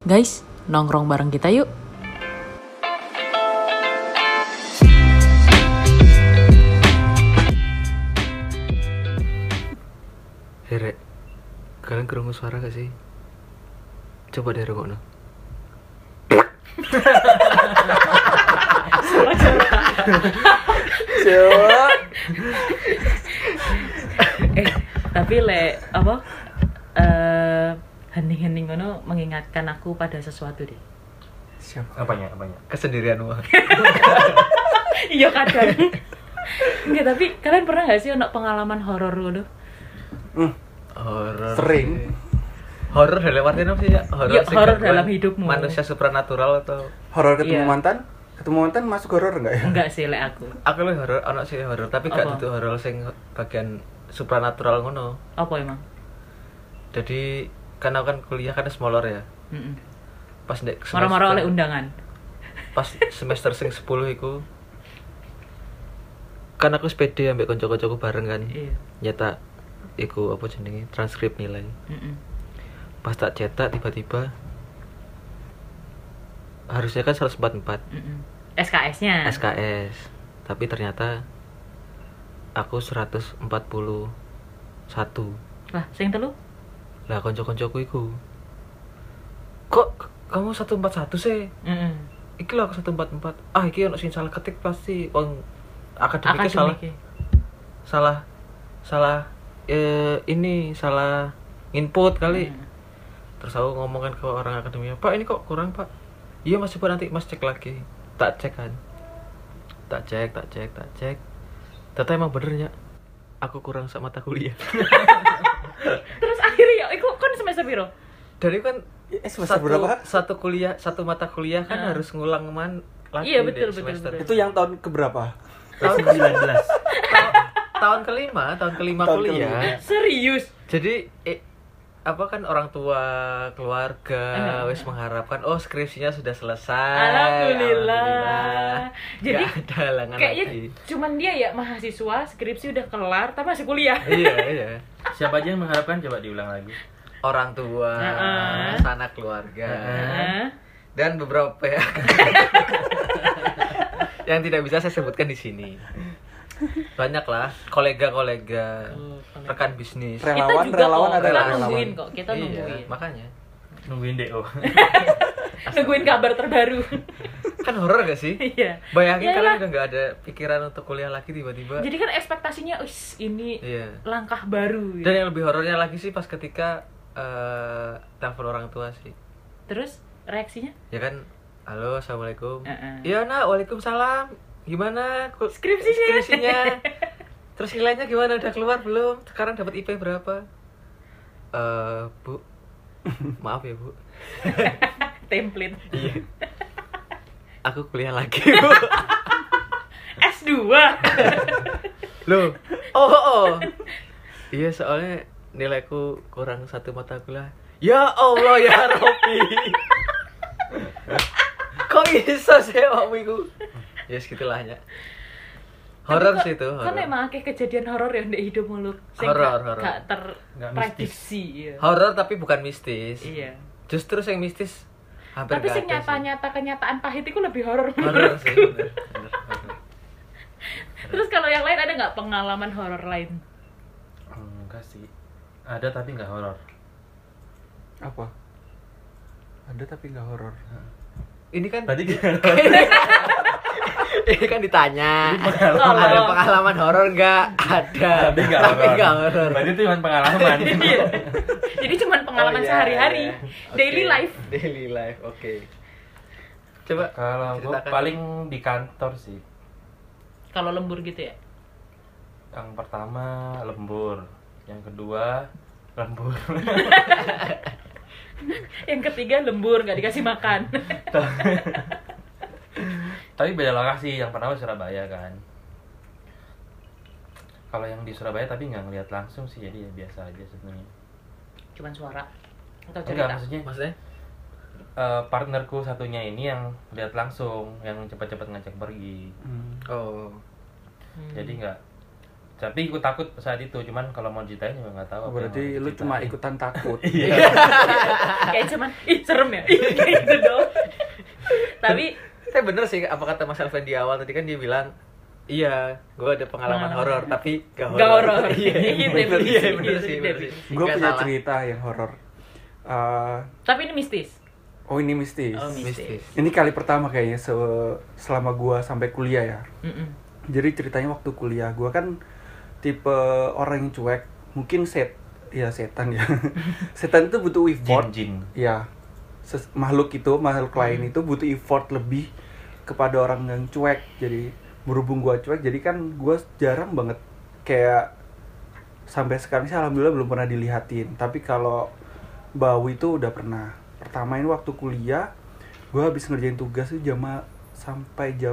Guys, nongkrong bareng kita yuk. Rek, kalian kerungu suara gak sih? Coba deh rungokno. Coba. Tapi hening-hening ngono mengingatkan aku pada sesuatu deh. Siapa? Apanya? Kesendirianmu. Iya kadang. Enggak, tapi kalian pernah gak sih ono pengalaman horor ngono? Horor. Sering. Horor dalam artian apa sih ya? Ya, sing horor gangguan dalam hidupmu. Manusia supranatural atau Horor ketemu Iya. mantan? Ketemu mantan masuk horor enggak ya? Enggak sih lek aku. aku lu horor, anak sih horor, tapi gak Apa? duduk horor sing bagian supranatural ngono. Apa emang? Jadi kan aku kan kuliah kan semolor ya. Heeh. Pas ndek Marah-marah oleh undangan. pas semester sing 10 iku kan aku sepede ambek kanca-kancaku bareng kan. Iya. Nyetak iku apa jenenge transkrip nilai. Heeh. Pas tak cetak tiba-tiba harusnya kan 144 SKS-nya. SKS, tapi ternyata aku 141. Lah, sing telu? Lah kanca-kancaku iku, kok kamu 141 sih? Heeh. Iki lho aku 144. Ah, iki ono sing salah ketik pasti wong akademiknya salah ini salah input kali. Terus aku ngomong kan ke orang akademiknya, "Pak, ini kok kurang, Pak." "Iya, Mas, coba nanti Mas cek lagi." Tak cek kan. Tak cek. Ternyata emang bener ya. Aku kurang sak mata kuliah. Terus akhirnya iku kan semester piro? Dari kan Semester berapa? satu mata kuliah kan harus ngulang lagi. Iya, betul, deh, betul, semester. betul. Itu yang tahun keberapa? Tahun 19. tahun kelima Tahun kuliah. Serius? Jadi apa kan orang tua keluarga wis mengharapkan skripsinya sudah selesai. Alhamdulillah. Jadi Gak ada halangan kayaknya lagi. cuman dia ya mahasiswa skripsi udah kelar tapi masih kuliah. Iya. Siapa aja yang mengharapkan, coba diulang lagi. Orang tua, sanak keluarga, dan beberapa pihak yang tidak bisa saya sebutkan di sini. Banyak lah, kolega-kolega, rekan bisnis. Relawan, Kita juga relawan kok, ada kita relawan. nungguin kok, kita Iya, nungguin. makanya. Nungguin DO. Nungguin kabar terbaru. Kan horor gak sih? Iya. Bayangin Iyalah. kalian udah gak ada pikiran untuk kuliah lagi tiba-tiba. Jadi kan ekspektasinya, ini Iya. langkah baru. Dan yang lebih horornya lagi sih pas ketika telepon orang tua sih. Terus reaksinya? Ya kan, halo, assalamualaikum. Heeh. Iya nak, waalaikumsalam. Gimana Skripsinya? Terus nilainya gimana? Udah keluar belum? Sekarang dapat IP berapa? Bu, maaf ya bu. Template. Iya. Aku kuliah lagi bu. S2. Loh, oh. Iya soalnya nilaiku kurang satu mata kuliah. Ya Allah ya Robbi. Kok bisa sih omikku? Ya segitulah ya. Horor sih itu. Kan emang akeh kejadian horor ya ndek hidupmu lu. Sing Horor. gak Nggak terprediksi ya. Horor tapi bukan mistis. Iya. Justru yang mistis hampir Tapi nggak sing ada sih. nyata-nyata kenyataan pahit itu lebih horor Horor menurutku. sih. Bener. Terus kalau yang lain ada nggak pengalaman horor lain? Enggak sih. Ada tapi enggak horor. Apa? Ada tapi nggak horor. Ini kan Tadi ini kan ditanya. pengalaman. Ada pengalaman horor nggak? Ada. tapi enggak Tapi horor. nggak horor. Berarti itu cuma pengalaman. Iya. Jadi cuma pengalaman Oh, iya, sehari-hari, iya. daily Oke. life. Daily life, oke. Coba Kalau gue ceritakan. paling di kantor sih. Kalau lembur gitu ya. Yang pertama lembur, yang kedua lembur. Yang ketiga lembur nggak dikasih makan. Tapi beda lokasi. Yang pertama Surabaya kan. Kalau yang di Surabaya tapi nggak ngeliat langsung sih, jadi ya biasa aja sebenarnya. Cuman suara atau Enggak, cerita. maksudnya? Partnerku satunya ini yang lihat langsung, yang cepat-cepat ngajak pergi. Oh. Hmm. Jadi nggak Tapi gue takut saat itu, cuman kalau mau ceritain juga nggak tahu. Oh, apa yang berarti mau lu cuma diceritain. ikutan takut. Iya. Kayak cuman ih serem ya. Kayak gitu doang. Tapi Tapi bener sih apa kata Mas Alven di awal tadi kan dia bilang, iya, gue ada pengalaman horor tapi gak Gak horor. Iya, Gitu, bener, definisi, iya, bener gitu, sih, bener sih. definisi. Gue Nggak punya salah. cerita yang horor. tapi ini mistis. Oh ini mistis. Oh, Mistis. Ini kali pertama kayaknya selama gua sampai kuliah ya. Mm-mm. Jadi ceritanya waktu kuliah gua kan tipe orang yang cuek, mungkin setan ya. Setan itu butuh effort. Jin. Ya. Makhluk lain itu butuh effort lebih kepada orang yang cuek. Jadi berhubung gua cuek, jadi kan gua jarang banget kayak sampai sekarang sih alhamdulillah belum pernah dilihatin. Tapi kalau bau itu udah pernah. Pertama ini waktu kuliah, gue habis ngerjain tugas tuh sampai jam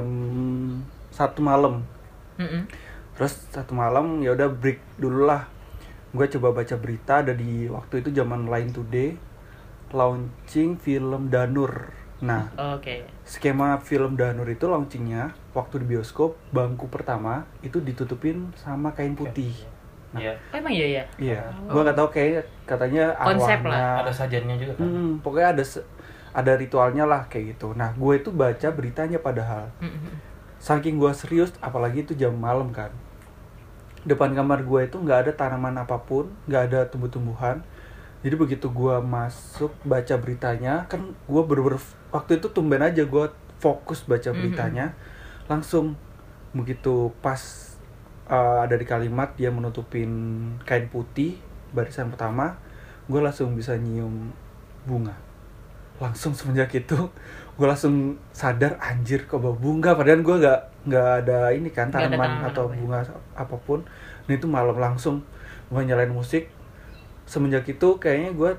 1 malam. Mm-mm. Terus 1 malam ya udah break dulu lah. Gue coba baca berita, ada di waktu itu zaman Line Today launching film Danur. Nah, Oke. skema film Danur itu launchingnya waktu di bioskop bangku pertama itu ditutupin sama kain putih. Iya. Oh, emang iya ya? Iya, gue nggak tahu kayak katanya Konsep arwahnya. Ada sajennya juga kan. Pokoknya ada ritualnya lah kayak gitu. Nah, gue itu baca beritanya padahal. Mm-mm. Saking gue serius, apalagi itu jam malam kan. Depan kamar gue itu nggak ada tanaman apapun, nggak ada tumbuh-tumbuhan. Jadi begitu gue masuk baca beritanya, kan gue waktu itu tumben aja gue fokus baca beritanya. Langsung begitu pas ada di kalimat dia menutupin kain putih barisan pertama, gue langsung bisa nyium bunga. Langsung semenjak itu gue langsung sadar anjir kok bau bunga, padahal gue nggak ada ini kan Nggak ada tanaman tanaman atau apa ya. bunga apapun. Nah itu malam langsung gue nyalain musik. Semenjak itu kayaknya gue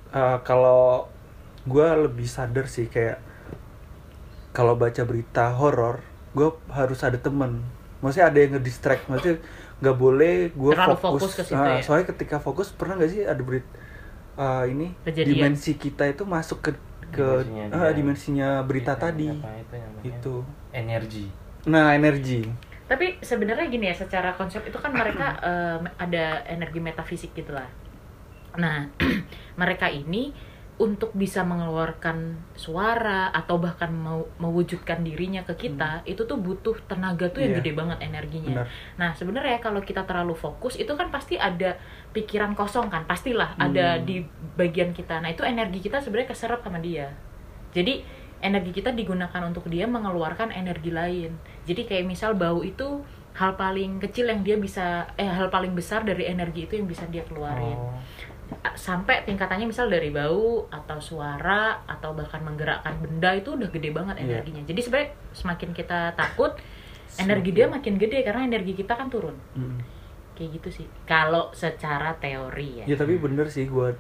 kalau gue lebih sadar sih kayak kalau baca berita horor gue harus ada temen. Maksudnya ada yang ngedistract, maksudnya nggak boleh gue Terlalu fokus. fokus ke situ ya? Soalnya ketika fokus pernah nggak sih ada ini Kejadian. dimensi kita itu masuk ke dimensinya berita tadi Apa itu namanya? itu. Energi. Nah energi. Tapi sebenarnya gini ya, secara konsep itu kan mereka ada energi metafisik gitu lah. Nah, mereka ini untuk bisa mengeluarkan suara atau bahkan mewujudkan dirinya ke kita, itu tuh butuh tenaga tuh yang Iya. gede banget energinya. Benar. Nah, sebenarnya kalau kita terlalu fokus itu kan pasti ada pikiran kosong kan, pastilah ada di bagian kita. Nah, itu energi kita sebenarnya keserap sama dia. Jadi energi kita digunakan untuk dia mengeluarkan energi lain. Jadi kayak misal bau itu hal paling kecil yang dia bisa hal paling besar dari energi itu yang bisa dia keluarin. Sampai tingkatannya misal dari bau atau suara atau bahkan menggerakkan benda itu udah gede banget energinya. Jadi sebenarnya semakin kita takut, energi dia makin gede karena energi kita kan turun. Kayak gitu sih. Kalau secara teori ya. Ya tapi bener sih gue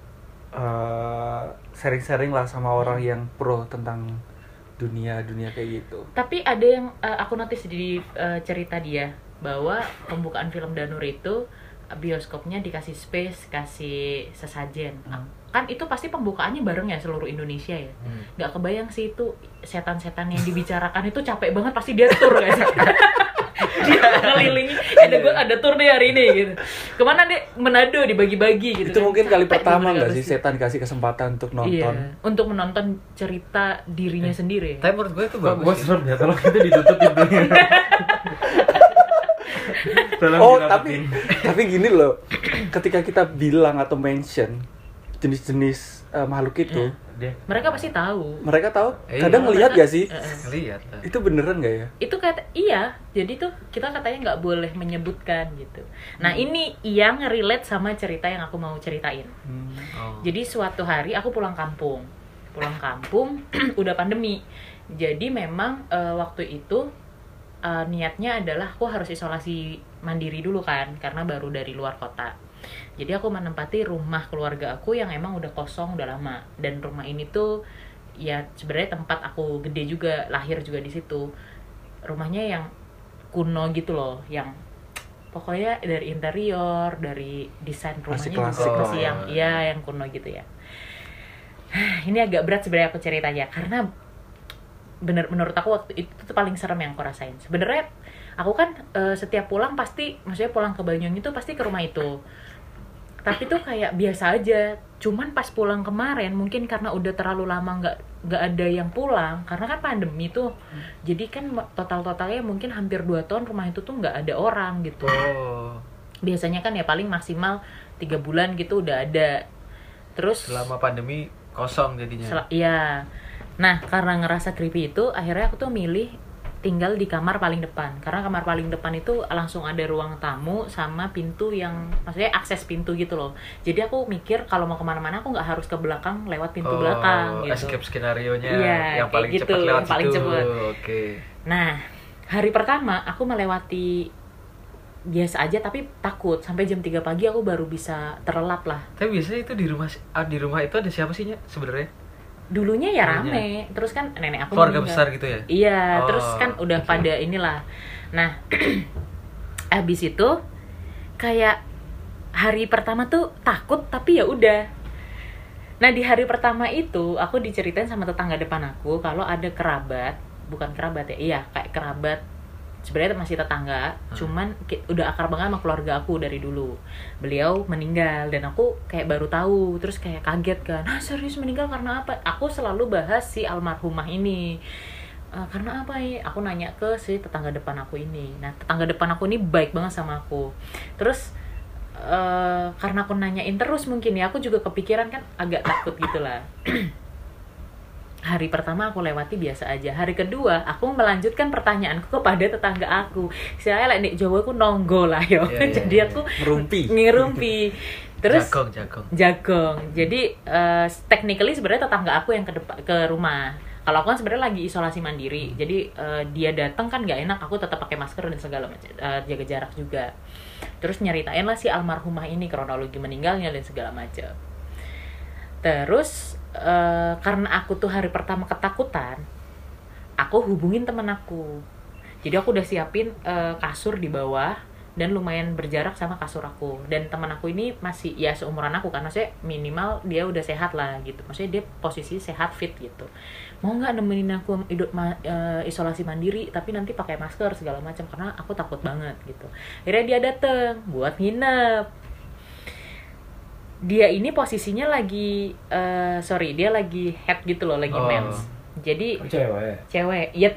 sharing-sharing lah sama orang yang pro tentang dunia kayak gitu. Tapi ada yang aku notice di cerita dia bahwa pembukaan film Danur itu bioskopnya dikasih space, kasih sesajen. Kan itu pasti pembukaannya bareng ya seluruh Indonesia ya. Nggak kebayang sih itu setan-setan yang dibicarakan itu capek banget, pasti dia tour guys. Dia ngelilingi, ada tour deh hari ini gitu. Kemana deh? Manado dibagi-bagi gitu. Itu kan. mungkin kali Capek pertama juga nggak harus sih gitu. setan dikasih kesempatan untuk nonton. Iya, untuk menonton cerita dirinya sendiri. Tapi menurut gue itu Gue bagus sih. serem ya, tolong itu ditutup pintunya. Tolong Oh dirapetin. tapi gini loh, ketika kita bilang atau mention jenis-jenis makhluk itu, Dia Mereka pasti tahu. mereka tahu Iya. kadang ngelihat gak sih? Lihat. Itu beneran gak ya? Itu iya, jadi tuh kita katanya nggak boleh menyebutkan gitu. Nah ini yang relate sama cerita yang aku mau ceritain. Oh. Jadi suatu hari aku pulang kampung udah pandemi. Jadi memang waktu itu niatnya adalah aku harus isolasi mandiri dulu kan, karena baru dari luar kota. Jadi aku menempati rumah keluarga aku yang emang udah kosong udah lama, dan rumah ini tuh ya sebenarnya tempat aku gede juga, lahir juga di situ. Rumahnya yang kuno gitu loh, yang pokoknya dari interior, dari desain rumahnya Masih juga klasik lah masih ya. yang kuno gitu ya. Ini agak berat sebenarnya aku ceritanya karena menurut aku waktu itu tuh paling serem yang aku rasain. Sebenarnya aku kan setiap pulang pasti, maksudnya pulang ke Banyuwangi itu pasti ke rumah itu. Tapi tuh kayak biasa aja. Cuman pas pulang kemarin mungkin karena udah terlalu lama nggak ada yang pulang karena kan pandemi tuh. Jadi kan totalnya mungkin hampir 2 tahun rumah itu tuh nggak ada orang gitu. Biasanya kan ya paling maksimal 3 bulan gitu udah ada. Terus selama pandemi kosong jadinya. Iya. Nah, karena ngerasa creepy itu, akhirnya aku tuh milih tinggal di kamar paling depan. Karena kamar paling depan itu langsung ada ruang tamu sama pintu yang, maksudnya akses pintu gitu loh. Jadi aku mikir kalau mau kemana-mana aku nggak harus ke belakang lewat pintu belakang gitu. Escape skenario-nya yang paling gitu, cepat lewat paling situ. Cepet. Oke. Nah, hari pertama aku melewati biasa aja tapi takut. Sampai jam 3 pagi aku baru bisa terlelap lah. Tapi biasanya itu di rumah itu ada siapa sih sebenarnya? Dulunya ya rame, terus kan nenek aku keluarga meninggal. besar gitu ya? Iya, terus kan udah pada inilah. Nah, abis itu kayak hari pertama tuh takut tapi ya udah. Nah, di hari pertama itu aku diceritain sama tetangga depan aku kalau ada bukan kerabat ya, iya kayak kerabat. Sebenarnya masih tetangga, cuman udah akrab banget sama keluarga aku dari dulu. Beliau meninggal dan aku kayak baru tahu, terus kayak kaget kan. Serius meninggal karena apa? Aku selalu bahas si almarhumah ini. Karena apa ya? Aku nanya ke si tetangga depan aku ini. Nah, tetangga depan aku ini baik banget sama aku. Terus karena aku nanyain terus mungkin ya, aku juga kepikiran kan agak takut gitulah. Hari pertama aku lewati biasa aja. Hari kedua aku melanjutkan pertanyaanku kepada tetangga aku. Saya nek Jawa aku nonggo lah yo. Jadi aku ngerumpi. Terus jagong. Jadi technically sebenarnya tetangga aku yang ke rumah. Kalau aku kan sebenarnya lagi isolasi mandiri. Jadi dia datang kan nggak enak. Aku tetap pakai masker dan segala macam, jaga jarak juga. Terus nyeritain lah si almarhumah ini kronologi meninggalnya dan segala macam. Terus karena aku tuh hari pertama ketakutan, aku hubungin temen aku. Jadi aku udah siapin kasur di bawah dan lumayan berjarak sama kasur aku. Dan teman aku ini masih ya seumuran aku kan, maksudnya minimal dia udah sehat lah gitu. Maksudnya dia posisi sehat fit gitu. Mau nggak nemenin aku isolasi mandiri tapi nanti pakai masker segala macam karena aku takut banget gitu. Akhirnya dia dateng buat nginep. Dia ini posisinya lagi dia lagi head gitu loh, lagi mens. Jadi cewek. Iya.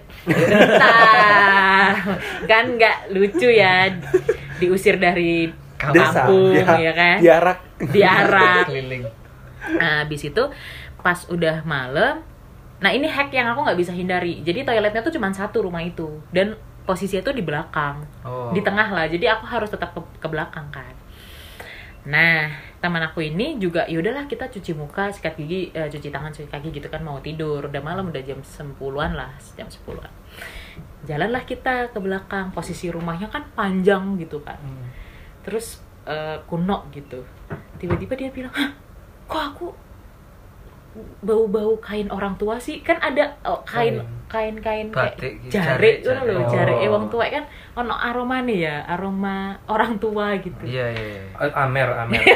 Kan nggak lucu ya diusir dari kampung ya kan? Diarak. Keliling. Nah, habis itu pas udah malam, nah ini hack yang aku nggak bisa hindari. Jadi toiletnya tuh cuma satu rumah itu dan posisinya tuh di belakang, di tengah lah. Jadi aku harus tetap ke belakang kan. Nah, teman aku ini juga yaudahlah kita cuci muka, sikat gigi, cuci tangan, cuci kaki gitu kan, mau tidur. Udah malam, udah jam 10-an lah, jam 10-an. Jalanlah kita ke belakang, posisi rumahnya kan panjang gitu kan. Terus kuno gitu. Tiba-tiba dia bilang, "Hah, kok aku bau-bau kain orang tua sih?" Kan ada kain kayak jare gitu loh, jare wong tua kan ono aromane ya, aroma orang tua gitu. Iya. Amer.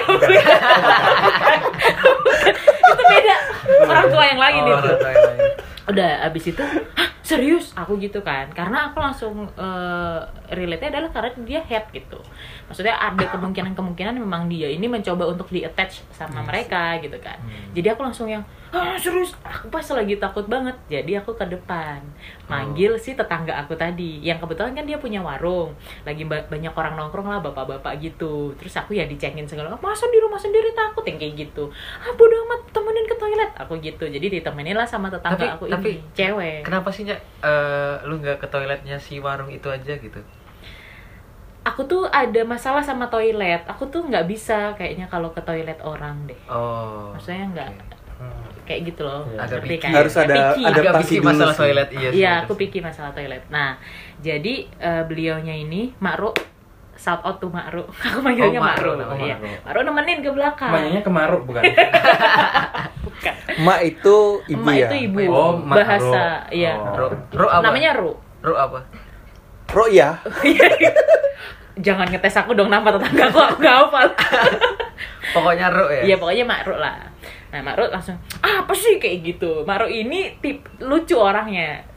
Itu beda. Orang tua yang lain itu. Udah abis itu, hah serius? Aku gitu kan. Karena aku langsung relate-nya adalah karena dia head gitu. Maksudnya ada kemungkinan memang dia ini mencoba untuk di-attach sama mereka gitu kan. Jadi aku langsung yang, serius? Aku pas lagi takut banget. Jadi aku ke depan. Manggil si tetangga aku tadi. Yang kebetulan kan dia punya warung. Lagi banyak orang nongkrong lah, bapak-bapak gitu. Terus aku ya dicengin segala, masa di rumah sendiri takut yang kayak gitu. Bodo amat, temenin ke toilet. Aku gitu. Jadi ditemenin lah sama tetangga aku ini. Cewek. Kenapa sih lu nggak ke toiletnya si warung itu aja gitu? Aku tuh ada masalah sama toilet. Aku tuh nggak bisa kayaknya kalau ke toilet orang deh. Maksudnya nggak kayak gitu loh. Agak picky. Harus ada picky masalah toilet. Iya, aku picky masalah toilet. Nah, jadi beliaunya ini Makro, shout out to Makro. Aku manggilnya Makro. Iya. Makro nemenin ke belakang. Manggilnya ke Maruk bukan? Bukan. Mak itu ibu Mak ya. itu ibu. Oh, bahasa iya. Ro apa? Namanya Ro. Ro apa? Ro ya. Jangan ngetes aku dong nama tetanggaku, aku gak hafal. Pokoknya Ro ya? Iya, pokoknya Mak Ro lah. Nah, Mak Ro langsung, apa sih kayak gitu? Mak Ro ini lucu orangnya.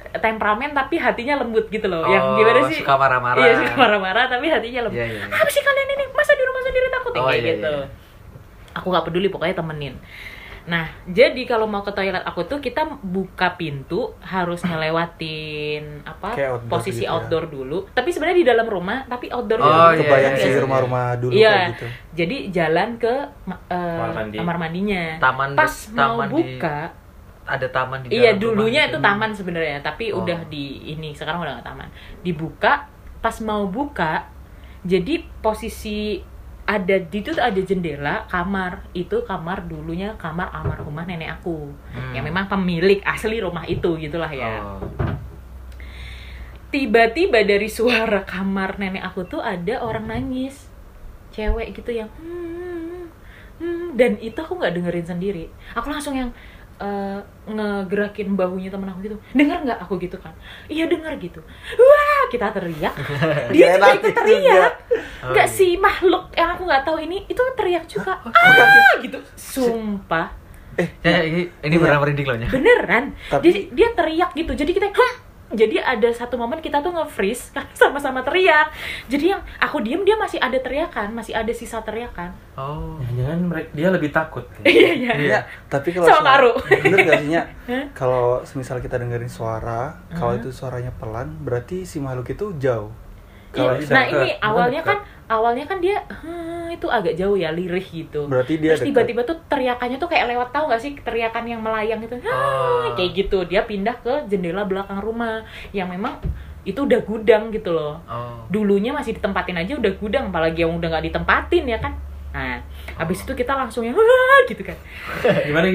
temperamen tapi hatinya lembut gitu loh. Yang gimana sih? Suka marah-marah. Iya, suka marah-marah tapi hatinya lembut. Iya. Apa sih kalian ini? Masa di rumah sendiri takut kayak Iya, gitu. iya. Aku nggak peduli, pokoknya temenin. Nah, jadi kalau mau ke toilet aku tuh kita buka pintu harus ngelewatin Kayak outdoor posisi gitu ya. outdoor dulu. Tapi sebenarnya di dalam rumah, tapi outdoor Oh, gitu. iya, Kebayang iya, sih iya. rumah-rumah dulu Iya. kayak gitu. Jadi jalan ke mandi. kamar mandinya. Taman Pas mau taman di- buka, Ada taman di iya dalam dulunya rumah itu gitu. taman sebenarnya, tapi Oh. udah di ini sekarang udah nggak taman. Dibuka, pas mau buka, jadi posisi ada di itu ada jendela kamar, itu kamar dulunya kamar almarhumah nenek aku yang memang pemilik asli rumah itu gitulah ya. Oh. Tiba-tiba dari suara kamar nenek aku tuh ada orang nangis, cewek gitu yang dan itu aku nggak dengerin sendiri, aku langsung yang ngegerakin bahunya temen aku gitu, dengar nggak aku gitu kan, iya dengar gitu, wah kita teriak, dia juga ikut teriak, nggak si makhluk yang aku nggak tahu ini itu teriak juga, gitu, sumpah. Ya, ini beneran merinding loh, Nya. Beneran. Tapi- dia teriak gitu. Jadi kita jadi ada satu momen kita tuh nge-freeze karena sama-sama teriak. Jadi yang aku diem dia masih ada teriakan, masih ada sisa teriakan. Oh. Jangan dia lebih takut. Iya iya. Iya, tapi kalau Sama Maru. bener gak sih, Nya? Hah? Kalau semisal kita dengerin suara, kalau itu suaranya pelan, berarti si makhluk itu jauh. Kalau Iya. Nah dekat, ini dekat. awalnya kan dia itu agak jauh ya, lirih gitu. Berarti dia Terus dekat. tiba-tiba tuh teriakannya tuh kayak lewat, tahu gak sih teriakan yang melayang gitu. Kayak gitu. Dia pindah ke jendela belakang rumah yang memang itu udah gudang gitu loh. Oh. Dulunya masih ditempatin aja udah gudang, apalagi yang udah nggak ditempatin ya kan. Nah, habis itu kita langsung yang gitu kan. Gimana?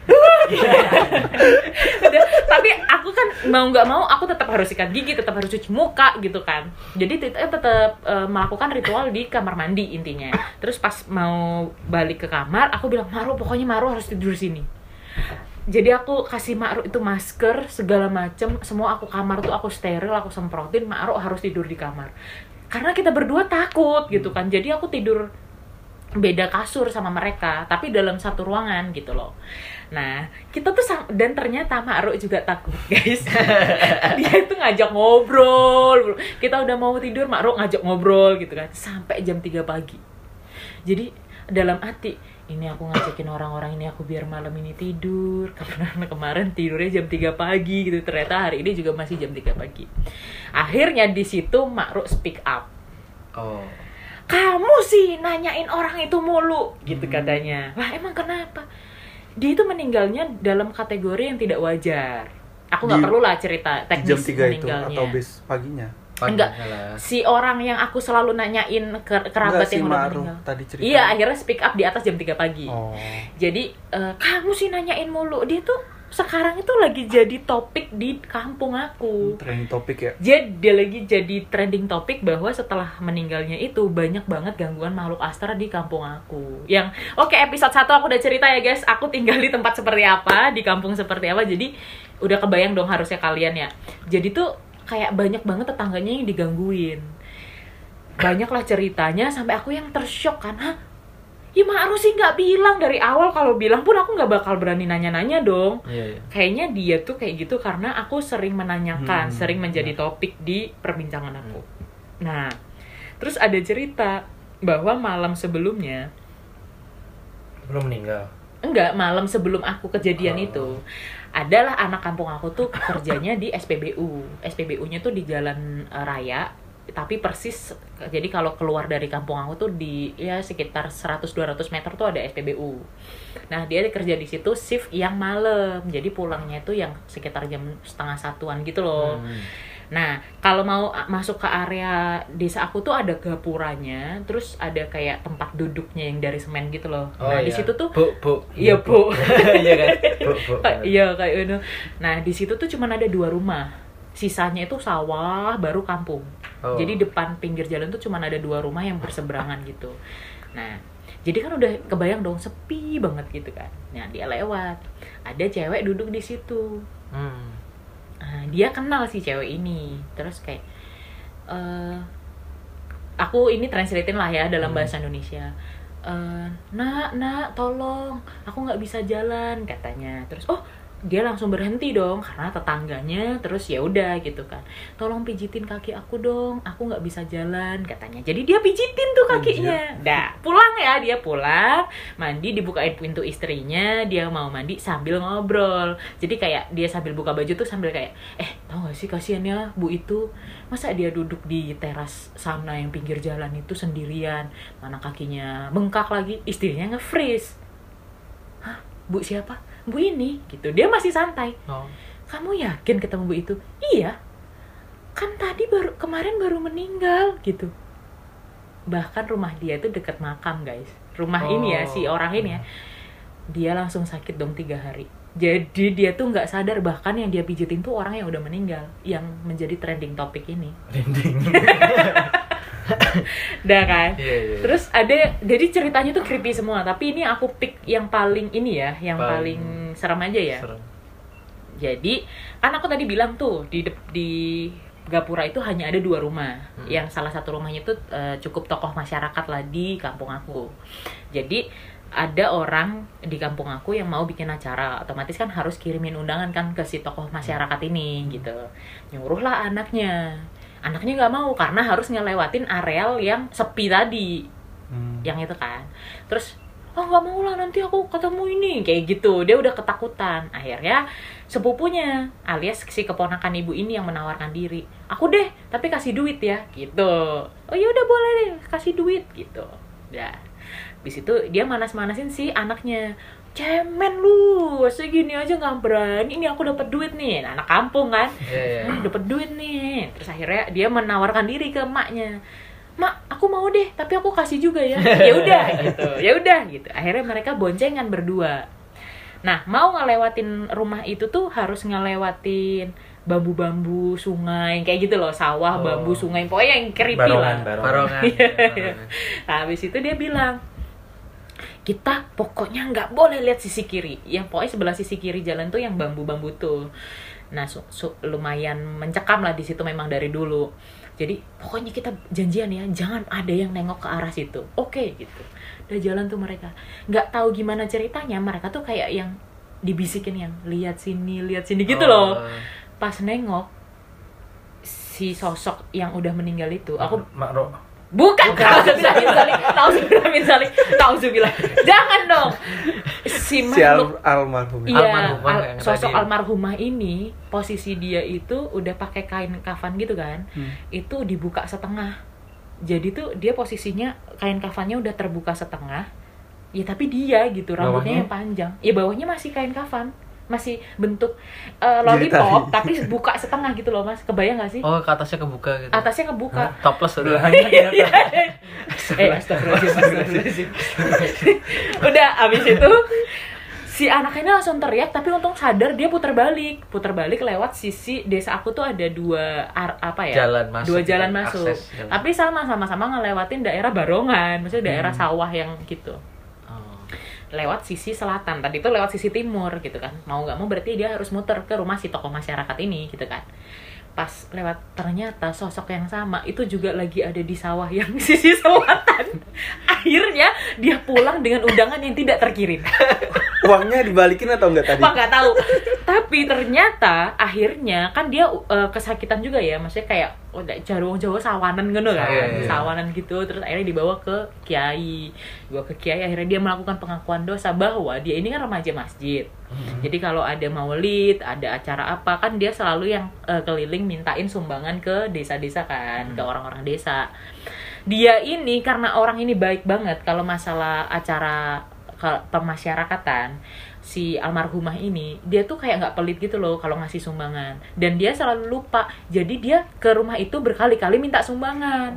Udah, tapi aku kan mau nggak mau aku tetap harus sikat gigi, tetap harus cuci muka gitu kan. Jadi tetap melakukan ritual di kamar mandi intinya. Terus pas mau balik ke kamar, aku bilang Maru, pokoknya Maru harus tidur sini. Jadi aku kasih Maru itu masker segala macem, semua aku kamar tuh aku steril, aku semprotin, Maru harus tidur di kamar. Karena kita berdua takut gitu kan. Jadi aku tidur beda kasur sama mereka, tapi dalam satu ruangan gitu loh. Nah, kita tuh dan ternyata Maru juga takut, guys. Dia itu ngajak ngobrol. Kita udah mau tidur, Maru ngajak ngobrol gitu kan. Sampai jam 3 pagi. Jadi dalam hati, ini aku ngajakin orang-orang ini aku biar malam ini tidur. Karena kemarin tidurnya jam 3 pagi gitu. Ternyata hari ini juga masih jam 3 pagi. Akhirnya di situ Maru speak up. Oh. Kamu sih nanyain orang itu mulu gitu katanya. Lah emang kenapa? Dia itu meninggalnya dalam kategori yang tidak wajar. Aku nggak Di- perlu lah cerita jam teknis 3 itu meninggalnya. atau bis paginya. Enggak. Lah. Si orang yang aku selalu nanyain kerabat Enggak, si yang udah Maru meninggal. tadi cerita. Iya, akhirnya speak up di atas jam 3 pagi. Oh. Jadi kamu sih nanyain mulu. Dia tuh sekarang itu lagi jadi topik di kampung aku. Trending topik ya. Dia lagi jadi trending topik bahwa setelah meninggalnya itu banyak banget gangguan makhluk astral di kampung aku. Yang oke, episode 1 aku udah cerita ya guys, aku tinggal di tempat seperti apa, di kampung seperti apa. Jadi udah kebayang dong harusnya kalian ya. Jadi tuh kayak banyak banget tetangganya yang digangguin. Banyak lah ceritanya sampai aku yang tersyok kan. Hah? Ya Maru sih nggak bilang dari awal, kalau bilang pun aku nggak bakal berani nanya-nanya dong. Iya. Kayaknya dia tuh kayak gitu karena aku sering menanyakan, sering menjadi topik di perbincangan aku. Nah, terus ada cerita bahwa malam sebelumnya, Belum meninggal. enggak, malam sebelum aku kejadian itu, adalah anak kampung aku tuh kerjanya di SPBU. SPBU-nya tuh di jalan raya, tapi persis, jadi kalau keluar dari kampung aku tuh di ya sekitar 100-200 meter tuh ada SPBU. Nah, dia kerja di situ shift yang malam, jadi pulangnya itu yang sekitar jam 12:30-an gitu loh. Nah, kalau mau masuk ke area desa aku tuh ada gapuranya, terus ada kayak tempat duduknya yang dari semen gitu loh. Nah, di situ tuh Bu. iya, Bu. Iya kan? Bu. Iya kayak itu. Nah, di situ tuh cuman ada 2 rumah. Sisanya itu sawah, baru kampung. Oh. Jadi depan pinggir jalan tuh cuman ada 2 rumah yang berseberangan gitu. Nah, jadi kan udah kebayang dong sepi banget gitu kan. Nah, dia lewat. Ada cewek duduk di situ. Nah, dia kenal si cewek ini. Terus kayak aku ini translatein lah ya dalam bahasa Indonesia. Nak, tolong, aku nggak bisa jalan katanya. Terus, oh dia langsung berhenti dong karena tetangganya, terus ya udah gitu kan, tolong pijitin kaki aku dong, aku nggak bisa jalan katanya. Jadi dia pijitin tuh kakinya. Dah pulang ya, dia pulang mandi, dibukain pintu istrinya, dia mau mandi sambil ngobrol. Jadi kayak dia sambil buka baju tuh sambil kayak tahu gak sih kasihan ya bu itu, masa dia duduk di teras sana yang pinggir jalan itu sendirian, mana kakinya bengkak lagi, istrinya nge-freeze. Hah, bu siapa? Bu ini gitu. Dia masih santai. Kamu yakin ketemu bu itu? Iya, kan tadi kemarin baru meninggal gitu. Bahkan rumah dia itu dekat makam guys, rumah ini ya, si orang ini ya, dia langsung sakit dong 3 hari. Jadi dia tuh nggak sadar bahkan yang dia pijitin tuh orang yang udah meninggal, yang menjadi trending topik ini. Dah kan. Terus ada, jadi ceritanya tuh creepy semua, tapi ini aku pick yang paling ini ya, yang paling serem aja ya. Jadi kan aku tadi bilang tuh di Gapura itu hanya ada 2 rumah. Yang salah satu rumahnya itu cukup tokoh masyarakat lah di kampung aku. Jadi ada orang di kampung aku yang mau bikin acara, otomatis kan harus kirimin undangan kan ke si tokoh masyarakat ini gitu. Nyuruhlah anaknya nggak mau karena harus ngelewatin areal yang sepi tadi, yang itu kan. Terus nggak mau lah, nanti aku ketemu ini, kayak gitu. Dia udah ketakutan. Akhirnya sepupunya alias si keponakan ibu ini yang menawarkan diri, aku deh tapi kasih duit ya gitu. Oh ya udah boleh deh, kasih duit gitu. Ya habis itu dia manas-manasin si anaknya, cemen lu, segini aja nggak berani, ini aku dapat duit nih. Nah, anak kampung kan, dapat duit nih. Terus akhirnya dia menawarkan diri ke emaknya, mak aku mau deh tapi aku kasih juga ya. Ya udah gitu. Akhirnya mereka boncengan berdua. Nah, mau ngelewatin rumah itu tuh harus ngelewatin bambu-bambu, sungai kayak gitu loh, sawah, bambu, sungai, pokoknya yang creepy lah. Barongan. Nah, habis itu dia bilang, kita pokoknya nggak boleh lihat sisi kiri. Yang pokoknya sebelah sisi kiri jalan tuh yang bambu-bambu tuh. Nah, lumayan mencekam lah di situ memang dari dulu. Jadi pokoknya kita janjian ya, jangan ada yang nengok ke arah situ. Oke gitu. Udah jalan tuh mereka. Nggak tahu gimana ceritanya, mereka tuh kayak yang dibisikin yang lihat sini gitu loh. Pas nengok si sosok yang udah meninggal itu, aku Bukan. Nauzubillah. Jangan dong. Si almarhumah. Iya, sosok almarhumah ini, posisi dia itu udah pakai kain kafan gitu kan. Itu dibuka setengah. Jadi tuh dia posisinya kain kafannya udah terbuka setengah. Ya tapi dia gitu, rambutnya yang panjang. Ya bawahnya masih kain kafan. Masih bentuk lollipop tapi buka setengah gitu loh Mas, kebayang gak sih? Oh, ke atasnya kebuka gitu. Atasnya kebuka. Topless udah. Astagfirullahaladzim. Udah abis itu si anaknya langsung teriak, tapi untung sadar, dia putar balik lewat sisi desa aku tuh ada 2 jalan masuk. Akses, tapi sama-sama ngelewatin daerah Barongan, maksudnya daerah sawah yang gitu. Lewat sisi selatan, tadi itu lewat sisi timur gitu kan. Mau nggak mau berarti dia harus muter ke rumah si tokoh masyarakat ini gitu kan. Pas lewat ternyata sosok yang sama itu juga lagi ada di sawah yang sisi selatan. Akhirnya dia pulang dengan undangan yang tidak terkirim. Uangnya dibalikin atau enggak tadi? Pak nggak tahu. Tapi ternyata akhirnya kan dia kesakitan juga ya, maksudnya kayak udah Jawa sawanan gitu kan, sawanan gitu. Terus akhirnya dibawa ke kiai, akhirnya dia melakukan pengakuan dosa bahwa dia ini kan remaja masjid. Jadi kalau ada maulid, ada acara apa kan dia selalu yang keliling mintain sumbangan ke desa-desa kan, ke orang-orang desa. Dia ini karena orang ini baik banget kalau masalah acara pemasyarakatan, si almarhumah ini dia tuh kayak nggak pelit gitu loh kalau ngasih sumbangan, dan dia selalu lupa, jadi dia ke rumah itu berkali-kali minta sumbangan.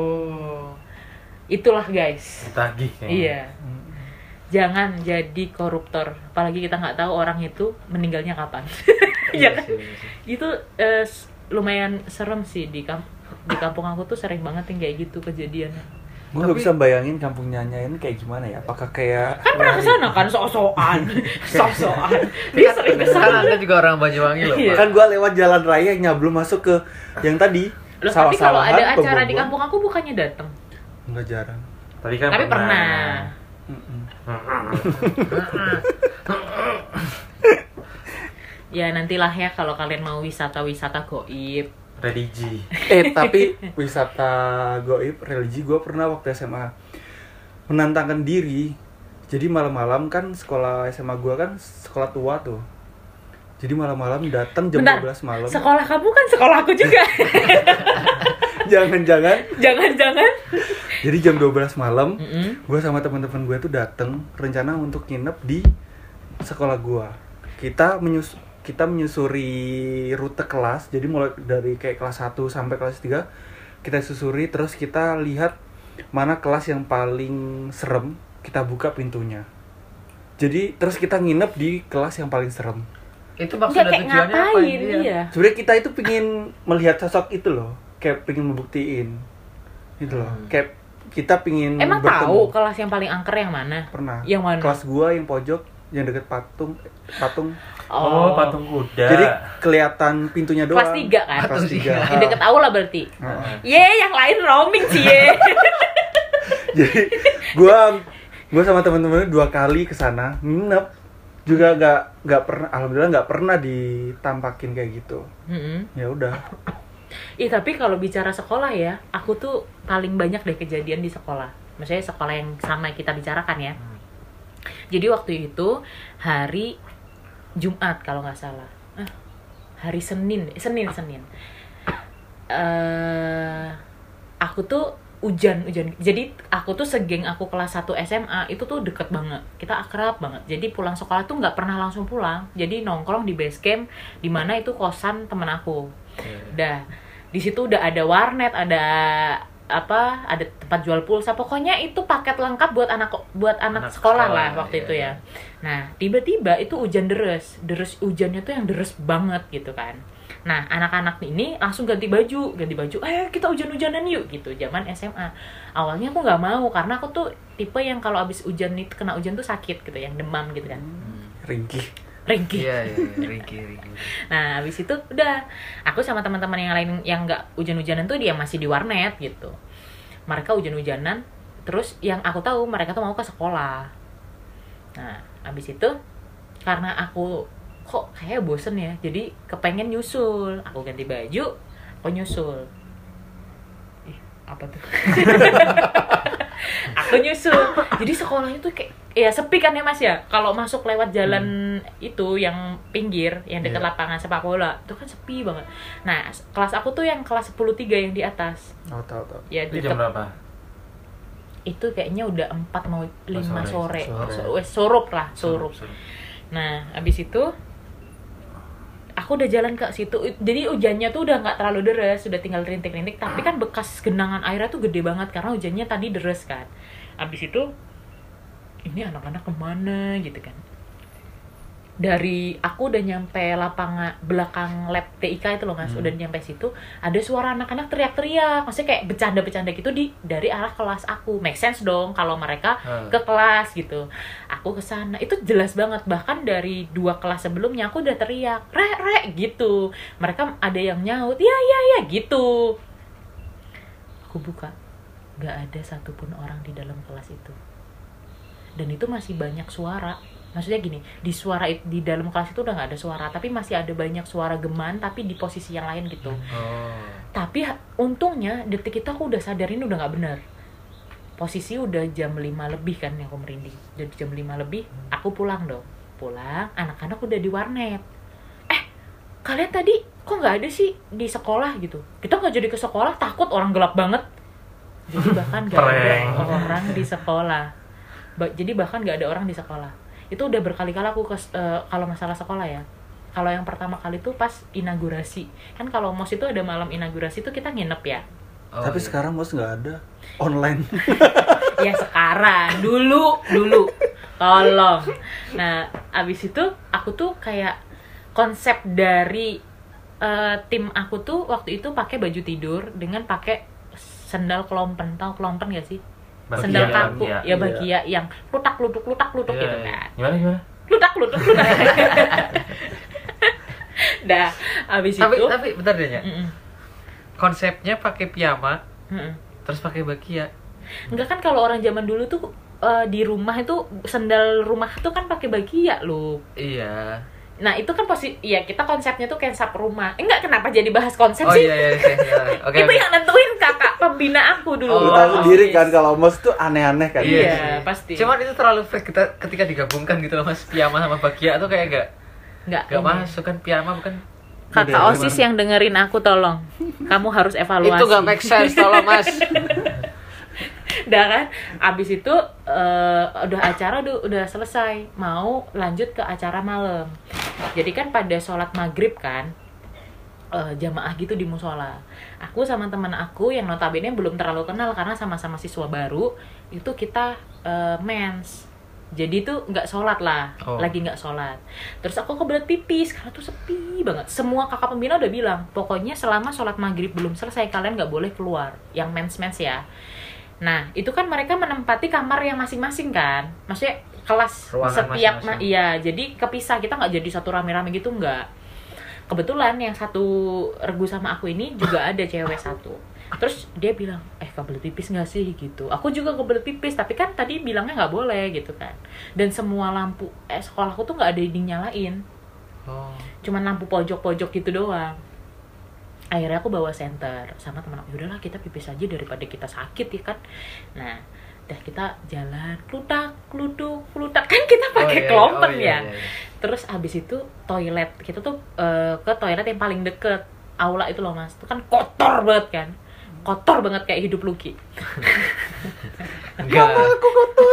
Itulah guys, ditagih iya. Jangan jadi koruptor, apalagi kita nggak tahu orang itu meninggalnya kapan. Iya kan? Itu lumayan serem sih di kampung aku tuh, sering banget yang kayak gitu kejadiannya. Gue gak bisa bayangin kampung Nyanyain kayak gimana ya. Apakah kayak kan pernah kesana kan, sok-sokan. Dia sering kesana. Kan Anda juga orang Banyuwangi loh, Pak. Kan gue lewat jalan raya belum masuk ke yang tadi. Loh, tapi kalau ada acara di kampung aku bukannya datang. Enggak jarang. Tapi pernah. Ya nantilah ya kalau kalian mau wisata goib. Religi. Tapi wisata goib religi gue pernah waktu SMA menantangkan diri. Jadi malam-malam kan sekolah SMA gue kan sekolah tua tuh. Jadi malam-malam datang jam Bentar, 12 malam. Sekolah kamu kan sekolah aku juga. Jangan-jangan. Jangan-jangan. Jadi jam 12 malam, gue sama teman-teman gue tuh datang rencana untuk nginep di sekolah gue. Kita menyusuri rute kelas. Jadi mulai dari kayak kelas 1 sampai kelas 3 kita susuri, terus kita lihat mana kelas yang paling serem, kita buka pintunya. Jadi terus kita nginep di kelas yang paling serem. Itu Enggak, maksud dan kayak tujuannya apa ngapain ini? dia? Sebenarnya kita itu pingin melihat sosok itu loh, kayak pingin membuktiin gitu loh. Kayak kita pingin Emang bertemu. tahu kelas yang paling angker yang mana? Pernah. Yang mana? Kelas gua yang pojok, yang deket patung. Oh, patung kuda. Jadi kelihatan pintunya doang. Kelas 3 kan? Kelas 3. Yang deket aula berarti. Heeh. Yang lain roaming sih ye. Jadi gua sama teman-teman 2 kali ke sana nginep. Juga nggak pernah, alhamdulillah nggak pernah ditampakin kayak gitu. Ya udah. Tapi kalau bicara sekolah ya, aku tuh paling banyak deh kejadian di sekolah. Maksudnya sekolah yang sama kita bicarakan ya. Jadi waktu itu hari Jumat kalau nggak salah. Hari Senin. Aku tuh hujan. Jadi aku tuh segeng aku kelas 1 SMA itu tuh deket banget. Kita akrab banget. Jadi pulang sekolah tuh nggak pernah langsung pulang. Jadi nongkrong di base camp, di mana itu kosan temen aku. Dah di situ udah ada warnet, ada tempat jual pulsa. Pokoknya itu paket lengkap buat anak sekolah lah waktu itu ya. Nah, tiba-tiba itu hujan deres hujannya tuh yang deres banget gitu kan. Nah, anak-anak ini langsung ganti baju, kita hujan-hujanan yuk gitu, zaman SMA. Awalnya aku nggak mau, karena aku tuh tipe yang kalau abis hujan itu kena hujan tuh sakit gitu, yang demam gitu kan. Ringkih. Iya, ringkih. Nah, abis itu udah, aku sama teman-teman yang lain yang nggak hujan-hujanan tuh dia masih di warnet gitu. Mereka hujan-hujanan, terus yang aku tahu mereka tuh mau ke sekolah. Nah, abis itu karena aku kok kayak bosen ya, jadi kepengen nyusul. Aku ganti baju, aku nyusul. Apa tuh? Aku nyusul. Jadi sekolahnya tuh kayak ya sepi kan ya Mas ya. Kalau masuk lewat jalan itu yang pinggir, yang dekat lapangan sepak bola, itu kan sepi banget. Nah, kelas aku tuh yang kelas 10-3 yang di atas. Oh, tahu. Ya, Itu jam berapa? Itu kayaknya udah 4 mau 5 sore. Sore. Surup. Nah, habis itu aku udah jalan ke situ, jadi hujannya tuh udah nggak terlalu deras, sudah tinggal rintik-rintik, tapi kan bekas genangan airnya tuh gede banget karena hujannya tadi deras kan. Abis itu ini anak-anak kemana gitu kan. Dari aku udah nyampe lapangan belakang lab TIK itu loh Mas, udah nyampe situ, ada suara anak-anak teriak-teriak, maksudnya kayak bercanda-bercanda gitu dari arah kelas aku. Make sense dong kalau mereka ke kelas gitu. Aku kesana, itu jelas banget, bahkan dari 2 kelas sebelumnya aku udah teriak, "Rek" gitu. Mereka ada yang nyaut, ya gitu. Aku buka, gak ada satupun orang di dalam kelas itu. Dan itu masih banyak suara. Maksudnya gini, di dalam kelas itu udah nggak ada suara, tapi masih ada banyak suara geman, tapi di posisi yang lain gitu. Tapi untungnya detik itu aku udah sadarin udah nggak benar. Posisi udah jam 5 lebih kan yang aku merinding. Jadi jam 5 lebih aku pulang dong. Pulang, anak-anak udah di warnet. Kalian tadi kok nggak ada sih di sekolah gitu? Kita nggak jadi ke sekolah, takut, orang gelap banget. Jadi bahkan nggak ada orang di sekolah. Jadi bahkan nggak ada orang di sekolah. Itu udah berkali-kali aku kalau masalah sekolah ya. Kalau yang pertama kali tuh pas inaugurasi. Kan kalau MOS itu ada malam inaugurasi tuh kita nginep ya. Tapi sekarang MOS nggak ada. Online. Ya sekarang, dulu. Tolong. Nah, abis itu aku tuh kayak konsep dari tim aku tuh waktu itu pakai baju tidur dengan pakai sendal kelompen. Tahu kelompen gak sih? Sendal kaku ya bagia yang lutak lutuk gitu kan. Gimana? Lutak. Dah, abis itu. Tapi bentar deh ya. Konsepnya pakai piyama, terus pakai bakia. Enggak kan kalau orang zaman dulu tuh di rumah itu sendal rumah tuh kan pakai bagia loh. Iya. Nah itu kan ya kita konsepnya tuh kayak sub rumah. Enggak, kenapa jadi bahas konsep Oh sih? iya. Oke. Itu yang nentuin kakak pembina aku dulu. Lu tahu sendiri kan kalau Mas tuh aneh-aneh kan. Iya, pasti. Cuman itu terlalu freak ketika digabungkan gitu loh Mas, piyama sama bagia tuh kayak Enggak enggak masuk kan, piyama bukan. Kakak OSIS yang dengerin aku tolong. Kamu harus evaluasi. Itu enggak make sense tolong Mas. Udah kan, abis itu udah acara udah selesai, mau lanjut ke acara malam. Jadi kan pada sholat maghrib kan, jamaah gitu di musola. Aku sama teman aku yang notabene belum terlalu kenal karena sama-sama siswa baru, itu kita mens. Jadi tuh nggak sholat lah, lagi nggak sholat. Terus aku kebelet pipis karena tuh sepi banget. Semua kakak pembina udah bilang, pokoknya selama sholat maghrib belum selesai kalian nggak boleh keluar. Yang mens ya. Nah, itu kan mereka menempati kamar yang masing-masing kan. Maksudnya kelas ruangan setiap masing-masing. iya, jadi kepisah, kita nggak jadi satu rame-rame gitu, nggak. Kebetulan yang satu regu sama aku ini juga ada cewek satu. Terus dia bilang, kebelet pipis nggak sih gitu. Aku juga kebelet pipis, tapi kan tadi bilangnya nggak boleh gitu kan. Dan semua lampu sekolahku tuh nggak ada yang dinyalain. Cuman lampu pojok-pojok gitu doang. Akhirnya aku bawa senter sama teman aku, yaudahlah kita pipis aja daripada kita sakit ya kan. Nah, udah kita jalan klutak kan kita pakai kelompen ya. Terus abis itu toilet kita tuh ke toilet yang paling deket aula itu loh Mas. Itu kan kotor banget kan, kotor banget kayak hidup Lucky. Enggak. Aku kotor.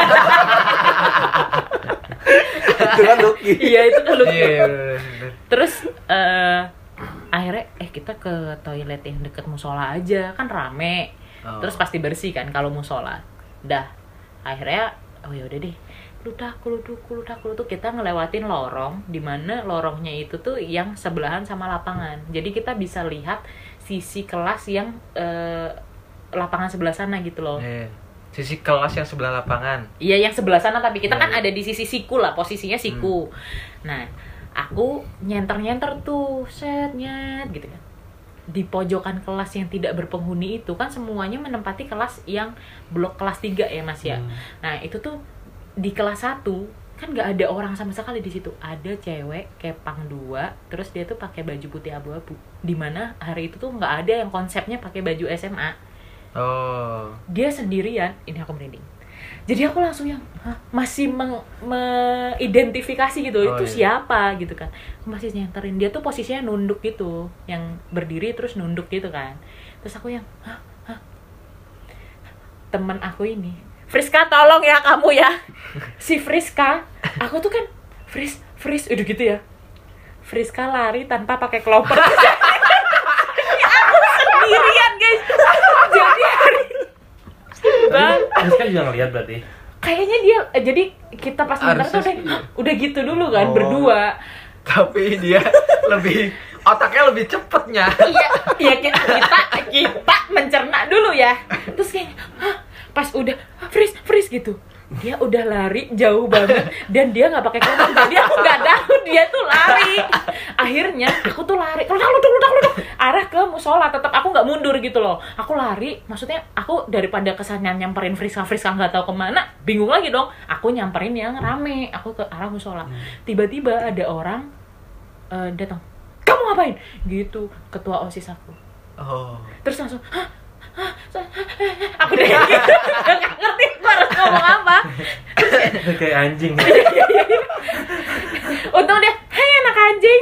Itu kan Lucky. Iya itu kan Lucky. Iya. Terus akhirnya kita ke toilet yang deket musola aja, kan rame. Terus pasti bersih kan kalau musola. Dah akhirnya yaudah deh, kludak kita ngelewatin lorong, dimana lorongnya itu tuh yang sebelahan sama lapangan. Jadi kita bisa lihat sisi kelas yang lapangan sebelah sana gitu loh. Sisi kelas yang sebelah lapangan. Iya, yang sebelah sana, tapi kita kan ada di sisi siku lah, posisinya siku. Nah, aku nyenter tuh, nyet gitu kan. Di pojokan kelas yang tidak berpenghuni itu kan semuanya menempati kelas yang blok kelas 3 ya Mas ya. Nah, itu tuh di kelas 1 kan nggak ada orang sama sekali di situ. Ada cewek kepang 2, terus dia tuh pakai baju putih abu-abu. Dimana hari itu tuh nggak ada yang konsepnya pakai baju SMA. Dia sendirian, ini aku merinding. Jadi aku langsung yang masih mengidentifikasi gitu, itu siapa gitu kan. Aku masih nyenterin, dia tuh posisinya nunduk gitu, yang berdiri terus nunduk gitu kan. Terus aku yang temen aku ini, Friska tolong ya kamu ya. Si Friska, aku tuh kan Fris udah gitu ya. Friska lari tanpa pakai kelomper. Aku sendirian guys. Jadi Terus kan juga ngeliat berarti. Kayaknya dia, jadi kita pas ntar tuh udah gitu dulu kan berdua. Tapi dia lebih otaknya lebih cepetnya. Iya kita mencerna dulu ya. Terus kayak pas udah freeze gitu, dia udah lari jauh banget dan dia nggak pakai kelompen, jadi aku nggak tahu dia tuh lari. Akhirnya aku tuh lari arah ke musola, tetap aku nggak mundur gitu loh. Aku lari, maksudnya aku daripada kesannya nyamperin Friska nggak tahu kemana, bingung lagi dong. Aku nyamperin yang rame, aku ke arah musola. Tiba-tiba ada orang datang, kamu ngapain? Gitu ketua OSIS aku. Terus langsung aku udah gitu, nggak ngerti aku harus ngomong apa. Kayak anjing. Untung dia, hai anak anjing.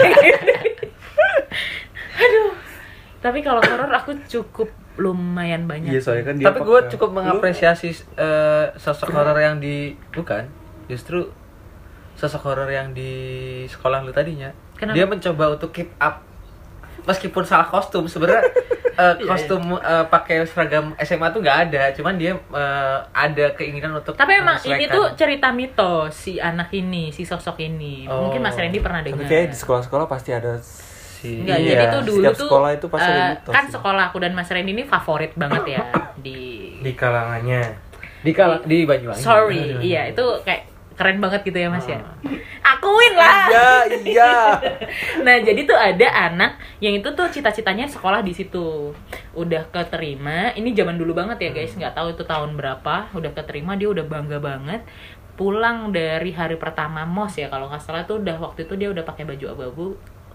Aduh. Tapi kalau horor aku cukup lumayan banyak. Iya, soalnya kan dia. Tapi gue cukup mengapresiasi sosok horor yang justru sosok horor yang di sekolah lu tadinya. Kenapa? Dia mencoba untuk keep up meskipun salah kostum sebenarnya. Kostum pakai seragam SMA tuh nggak ada, cuman dia ada keinginan untuk Tapi memang ini menyesuaikan. tuh cerita mitos si anak ini, si sosok ini. Mungkin Mas Randy pernah dengar. Tapi kayak di sekolah-sekolah pasti ada Enggak, iya, jadi tuh dulu setiap tuh sekolah itu pasti ada mitos kan sih. sekolah aku dan Mas Randy ini favorit banget ya di kalangannya. di Banyuwangi. Sorry, iya itu kayak keren banget gitu ya Mas ya. Akuin lah. Iya. Nah, jadi tuh ada anak yang itu tuh cita-citanya sekolah di situ. Udah keterima. Ini zaman dulu banget ya, guys. Nggak tahu itu tahun berapa. Udah keterima, dia udah bangga banget. pulang dari hari pertama MOS ya kalau nggak salah tuh waktu itu dia udah pakai baju abu-abu,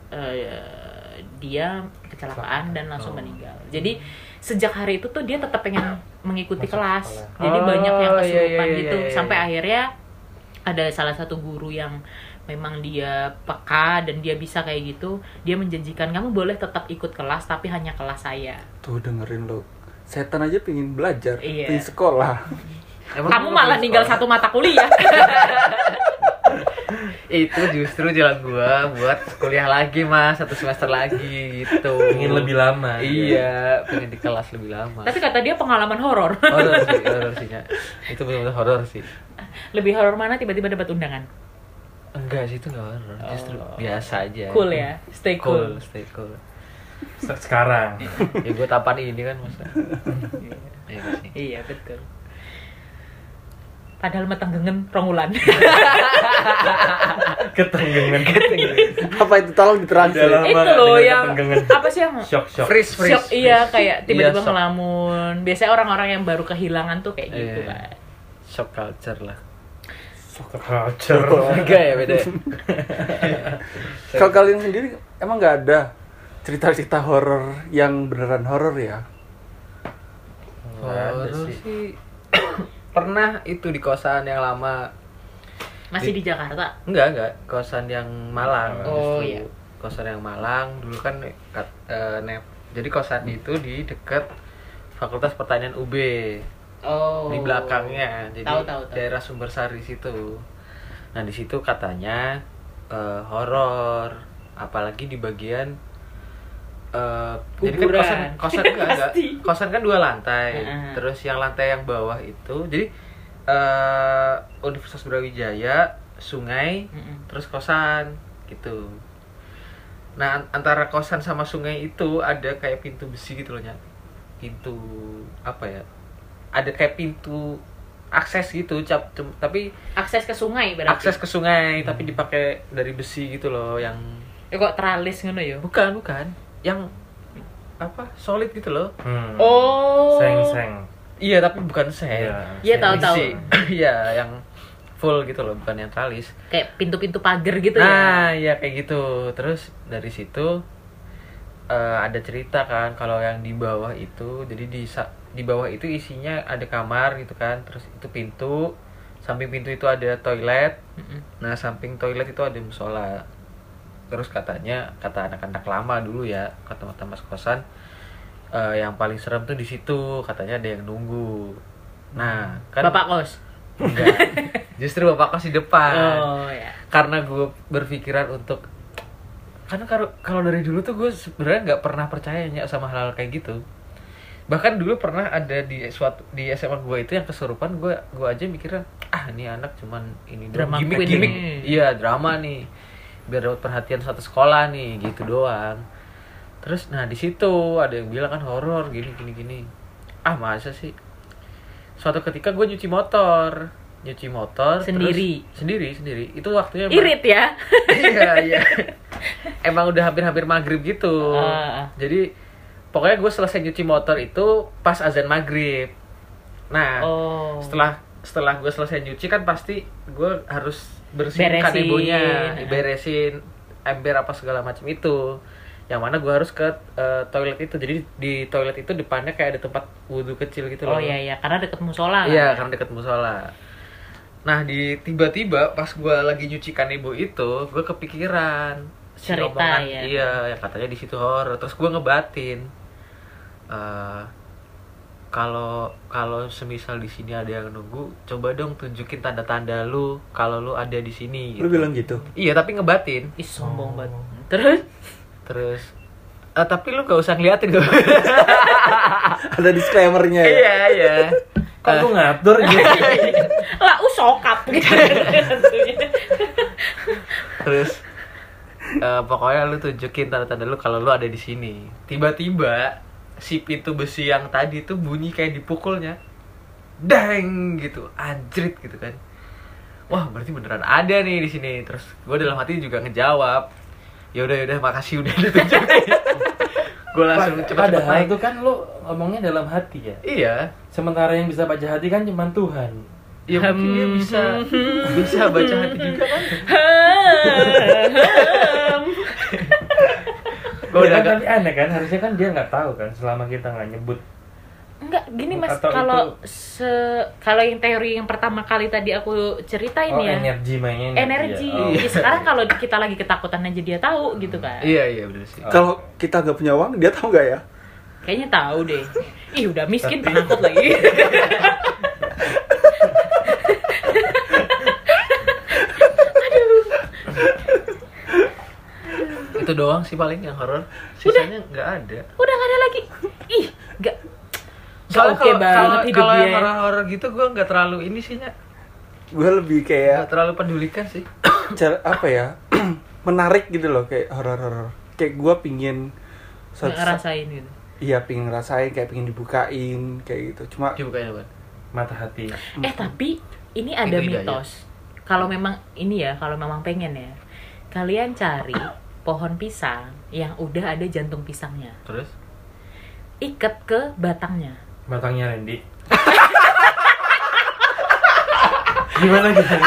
dia kecelakaan dan langsung meninggal. Jadi sejak hari itu tuh dia tetap pengen mengikuti kelas. Jadi banyak yang kesurupan gitu sampai akhirnya ada salah satu guru yang memang dia peka dan dia bisa kayak gitu, dia menjanjikan kamu boleh tetap ikut kelas tapi hanya kelas saya. Tuh dengerin lo, setan aja pengen belajar, Iya. pengen sekolah. Kamu malah ninggal satu mata kuliah. Itu justru jalan gua buat kuliah lagi Mas, 1 semester lagi gitu. Ingin lebih lama. Iya, pengen di kelas lebih lama. Tapi kata dia pengalaman horor. Horor sih Nya. Itu benar-benar horor sih. Lebih horor mana tiba-tiba dapat undangan? Enggak sih, itu enggak horor, justru biasa aja. Cool ya, stay cool. Stay cool. Sekarang. Ya gua tapan ini kan masa. Iya nggak sih. Iya betul. Padahal metenggengen rongulan. Ketenggengan. Apa itu, tolong ditranslate. Udah lama Itu nggak loh dengar yang ketenggengan. apa sih yang Shock. Freeze. shock, iya kayak tiba-tiba Iya, shock. ngelamun. Biasanya orang-orang yang baru kehilangan tuh kayak gitu Iya. kan. Shock culture lah. Culture. Enggak ya, beda. Kalau kalian sendiri emang nggak ada cerita-cerita horor yang beneran horor ya? Nggak ada Horor sih. sih. Pernah itu di kosan yang lama. Masih di Jakarta. Enggak, kosan yang Malang. Oh, justru. iya. Kosan yang Malang dulu kan jadi kosan itu di dekat Fakultas Pertanian UB. Oh. Di belakangnya. Jadi Tahu. daerah Sumbersari situ. Nah, di situ katanya horor, apalagi di bagian jadi kan Kuburan. kosan enggak. Pasti. Kosan kan 2 lantai. Heeh. Terus yang lantai yang bawah itu jadi Universitas Brawijaya, sungai, Mm-mm. terus kosan gitu. Nah, antara kosan sama sungai itu ada kayak pintu besi gitu loh, Nya. Pintu apa ya? Ada kayak pintu akses gitu, tapi Akses ke sungai berarti. akses ke sungai tapi dipakai dari besi gitu loh, yang kok teralis ngono ya? bukan, yang apa? Solid gitu loh. Oh. Seng. Iya, tapi bukan seng. Iya, tahu. Besi. Iya, yang full gitu loh, bukan yang tralis. Kayak pintu-pintu pagar gitu ya. Nah, iya kayak gitu. Terus dari situ ada cerita kan kalau yang di bawah itu, jadi di bawah itu isinya ada kamar gitu kan. Terus itu pintu, samping pintu itu ada toilet. Mm-mm. Nah, samping toilet itu ada musola. Terus katanya, kata anak-anak lama dulu ya, kata mas kosan, yang paling serem tuh di situ, katanya ada yang nunggu. Nah, kan Bapak kos. enggak. Justru bapak kos di depan. Oh ya. Karena gue berpikiran untuk, karena kalau dari dulu tuh gue sebenarnya nggak pernah percayanya sama hal-hal kayak gitu. Bahkan dulu pernah ada di SMA gue itu yang kesurupan, gue aja mikirnya ini anak cuman ini doang, Drama gimmick queen nih. iya, drama nih biar dapat perhatian satu sekolah nih gitu doang. Terus nah di situ ada yang bilang kan horor gini masa sih. Suatu ketika gue nyuci motor Sendiri? terus, sendiri itu waktunya Irit ya. iya emang udah hampir maghrib gitu. Jadi pokoknya gue selesai nyuci motor itu pas azan maghrib. Nah, Oh. setelah gue selesai nyuci kan pasti gue harus bersihin Beresin. kanebonya, beresin ember apa segala macam itu. Yang mana gue harus ke toilet itu. Jadi di toilet itu depannya kayak ada tempat wudhu kecil gitu loh. Oh iya, karena deket musola. Iya, kan? karena dekat musola. Nah, tiba-tiba pas gue lagi nyuci kanebo itu, gue kepikiran Cerita omongan, ya. Iya, yang katanya di situ horor. Terus gue ngebatin, kalau semisal di sini ada yang nunggu, coba dong tunjukin tanda-tanda lu kalau lu ada di sini. Lu bilang gitu? Iya, tapi ngebatin. Ih, sombong banget. Terus Tapi lu gak usah ngeliatin gue. Ada disclaimer-nya ya? Iya. Kok lu ngatur gitu? lah sokap gitu. Terus pokoknya lu tunjukin tanda-tanda lu kalau lu ada di sini. Tiba-tiba si pintu besi yang tadi tuh bunyi kayak dipukulnya. Dang gitu, anjrit gitu kan. Wah, berarti beneran ada nih di sini. Terus gue dalam hati juga ngejawab, ya udah makasih udah ditunjukin. Gue langsung cepet-cepet Padahal naik. itu kan lu ngomongnya dalam hati ya. Iya. Sementara yang bisa baca hati kan cuma Tuhan. Ya mungkin dia bisa baca hati juga kan. Oh, ya, kan, tapi aneh kan, harusnya kan dia nggak tahu kan selama kita nggak nyebut. Enggak, gini Mas, Atau kalau yang teori yang pertama kali tadi aku ceritain ya. Energi mainnya. Energi. Ya, sekarang kalau kita lagi ketakutan aja dia tahu gitu kan. Iya benar sih. Kalau kita gak punya uang, dia tahu nggak ya? Kayaknya tahu deh. Ih, udah miskin penakut lagi. Itu doang sih paling yang horor. Sisanya nggak ada. Udah nggak ada lagi. Ih, nggak. Soalnya Oke banget hidup kalau dia. yang horor-horor gitu gue nggak terlalu ini sih Nya. Gue lebih kayak Nggak terlalu pedulikan sih. apa ya? Menarik gitu loh kayak horor-horor. Kayak gue pingin Ngerasain gitu. Iya, pingin ngerasain, kayak pingin dibukain kayak gitu. Cuma Dibukain apa? Mata hati. Tapi ini ada Itu ide mitos. Kalau memang ini ya, kalau memang pengen ya, kalian cari pohon pisang yang udah ada jantung pisangnya. Terus? Ikat ke batangnya. Batangnya Randy. Gimana?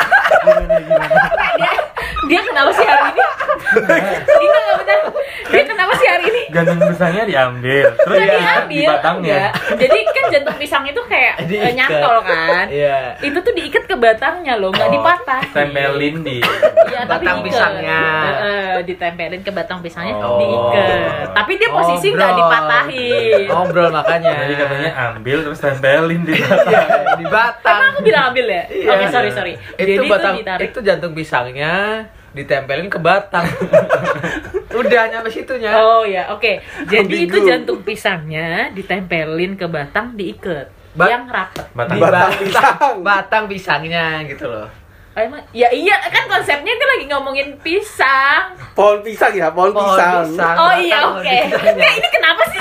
Dia kenapa sih hari ini? Enggak benar. Dia kenapa sih hari ini? Jantung pisangnya diambil, terus Kan diikat di batangnya. ya. Jadi kan jantung pisang itu kayak Diikat. nyantol kan. Iya. Itu tuh diikat ke batangnya loh, nggak Oh, dipatah. Tempelin di. Iya, tapi batang diikat. pisangnya. Ditempelin ke batang pisangnya, Oh. diikat. Tapi dia posisi nggak Ngobrol. dipatahin. Ngobrol makanya. Jadi katanya ambil terus tempelin di batang. Di batang. Emang aku bilang ambil ya? Iya. Oke, sorry. Jadi Itu batang ditarik. itu jantung pisangnya ditempelin ke batang. Udah nyampe situnya. Oh ya, oke. Jadi itu Ambigu. jantung pisangnya ditempelin ke batang, diikat. Yang rapet. Batang. Di Batang pisang. batang pisangnya gitu loh. Emang ya iya kan konsepnya itu lagi ngomongin pisang. pohon pisang ya, pohon pisang. Oh iya, batang oke. pisangnya. Nah, ini kenapa sih?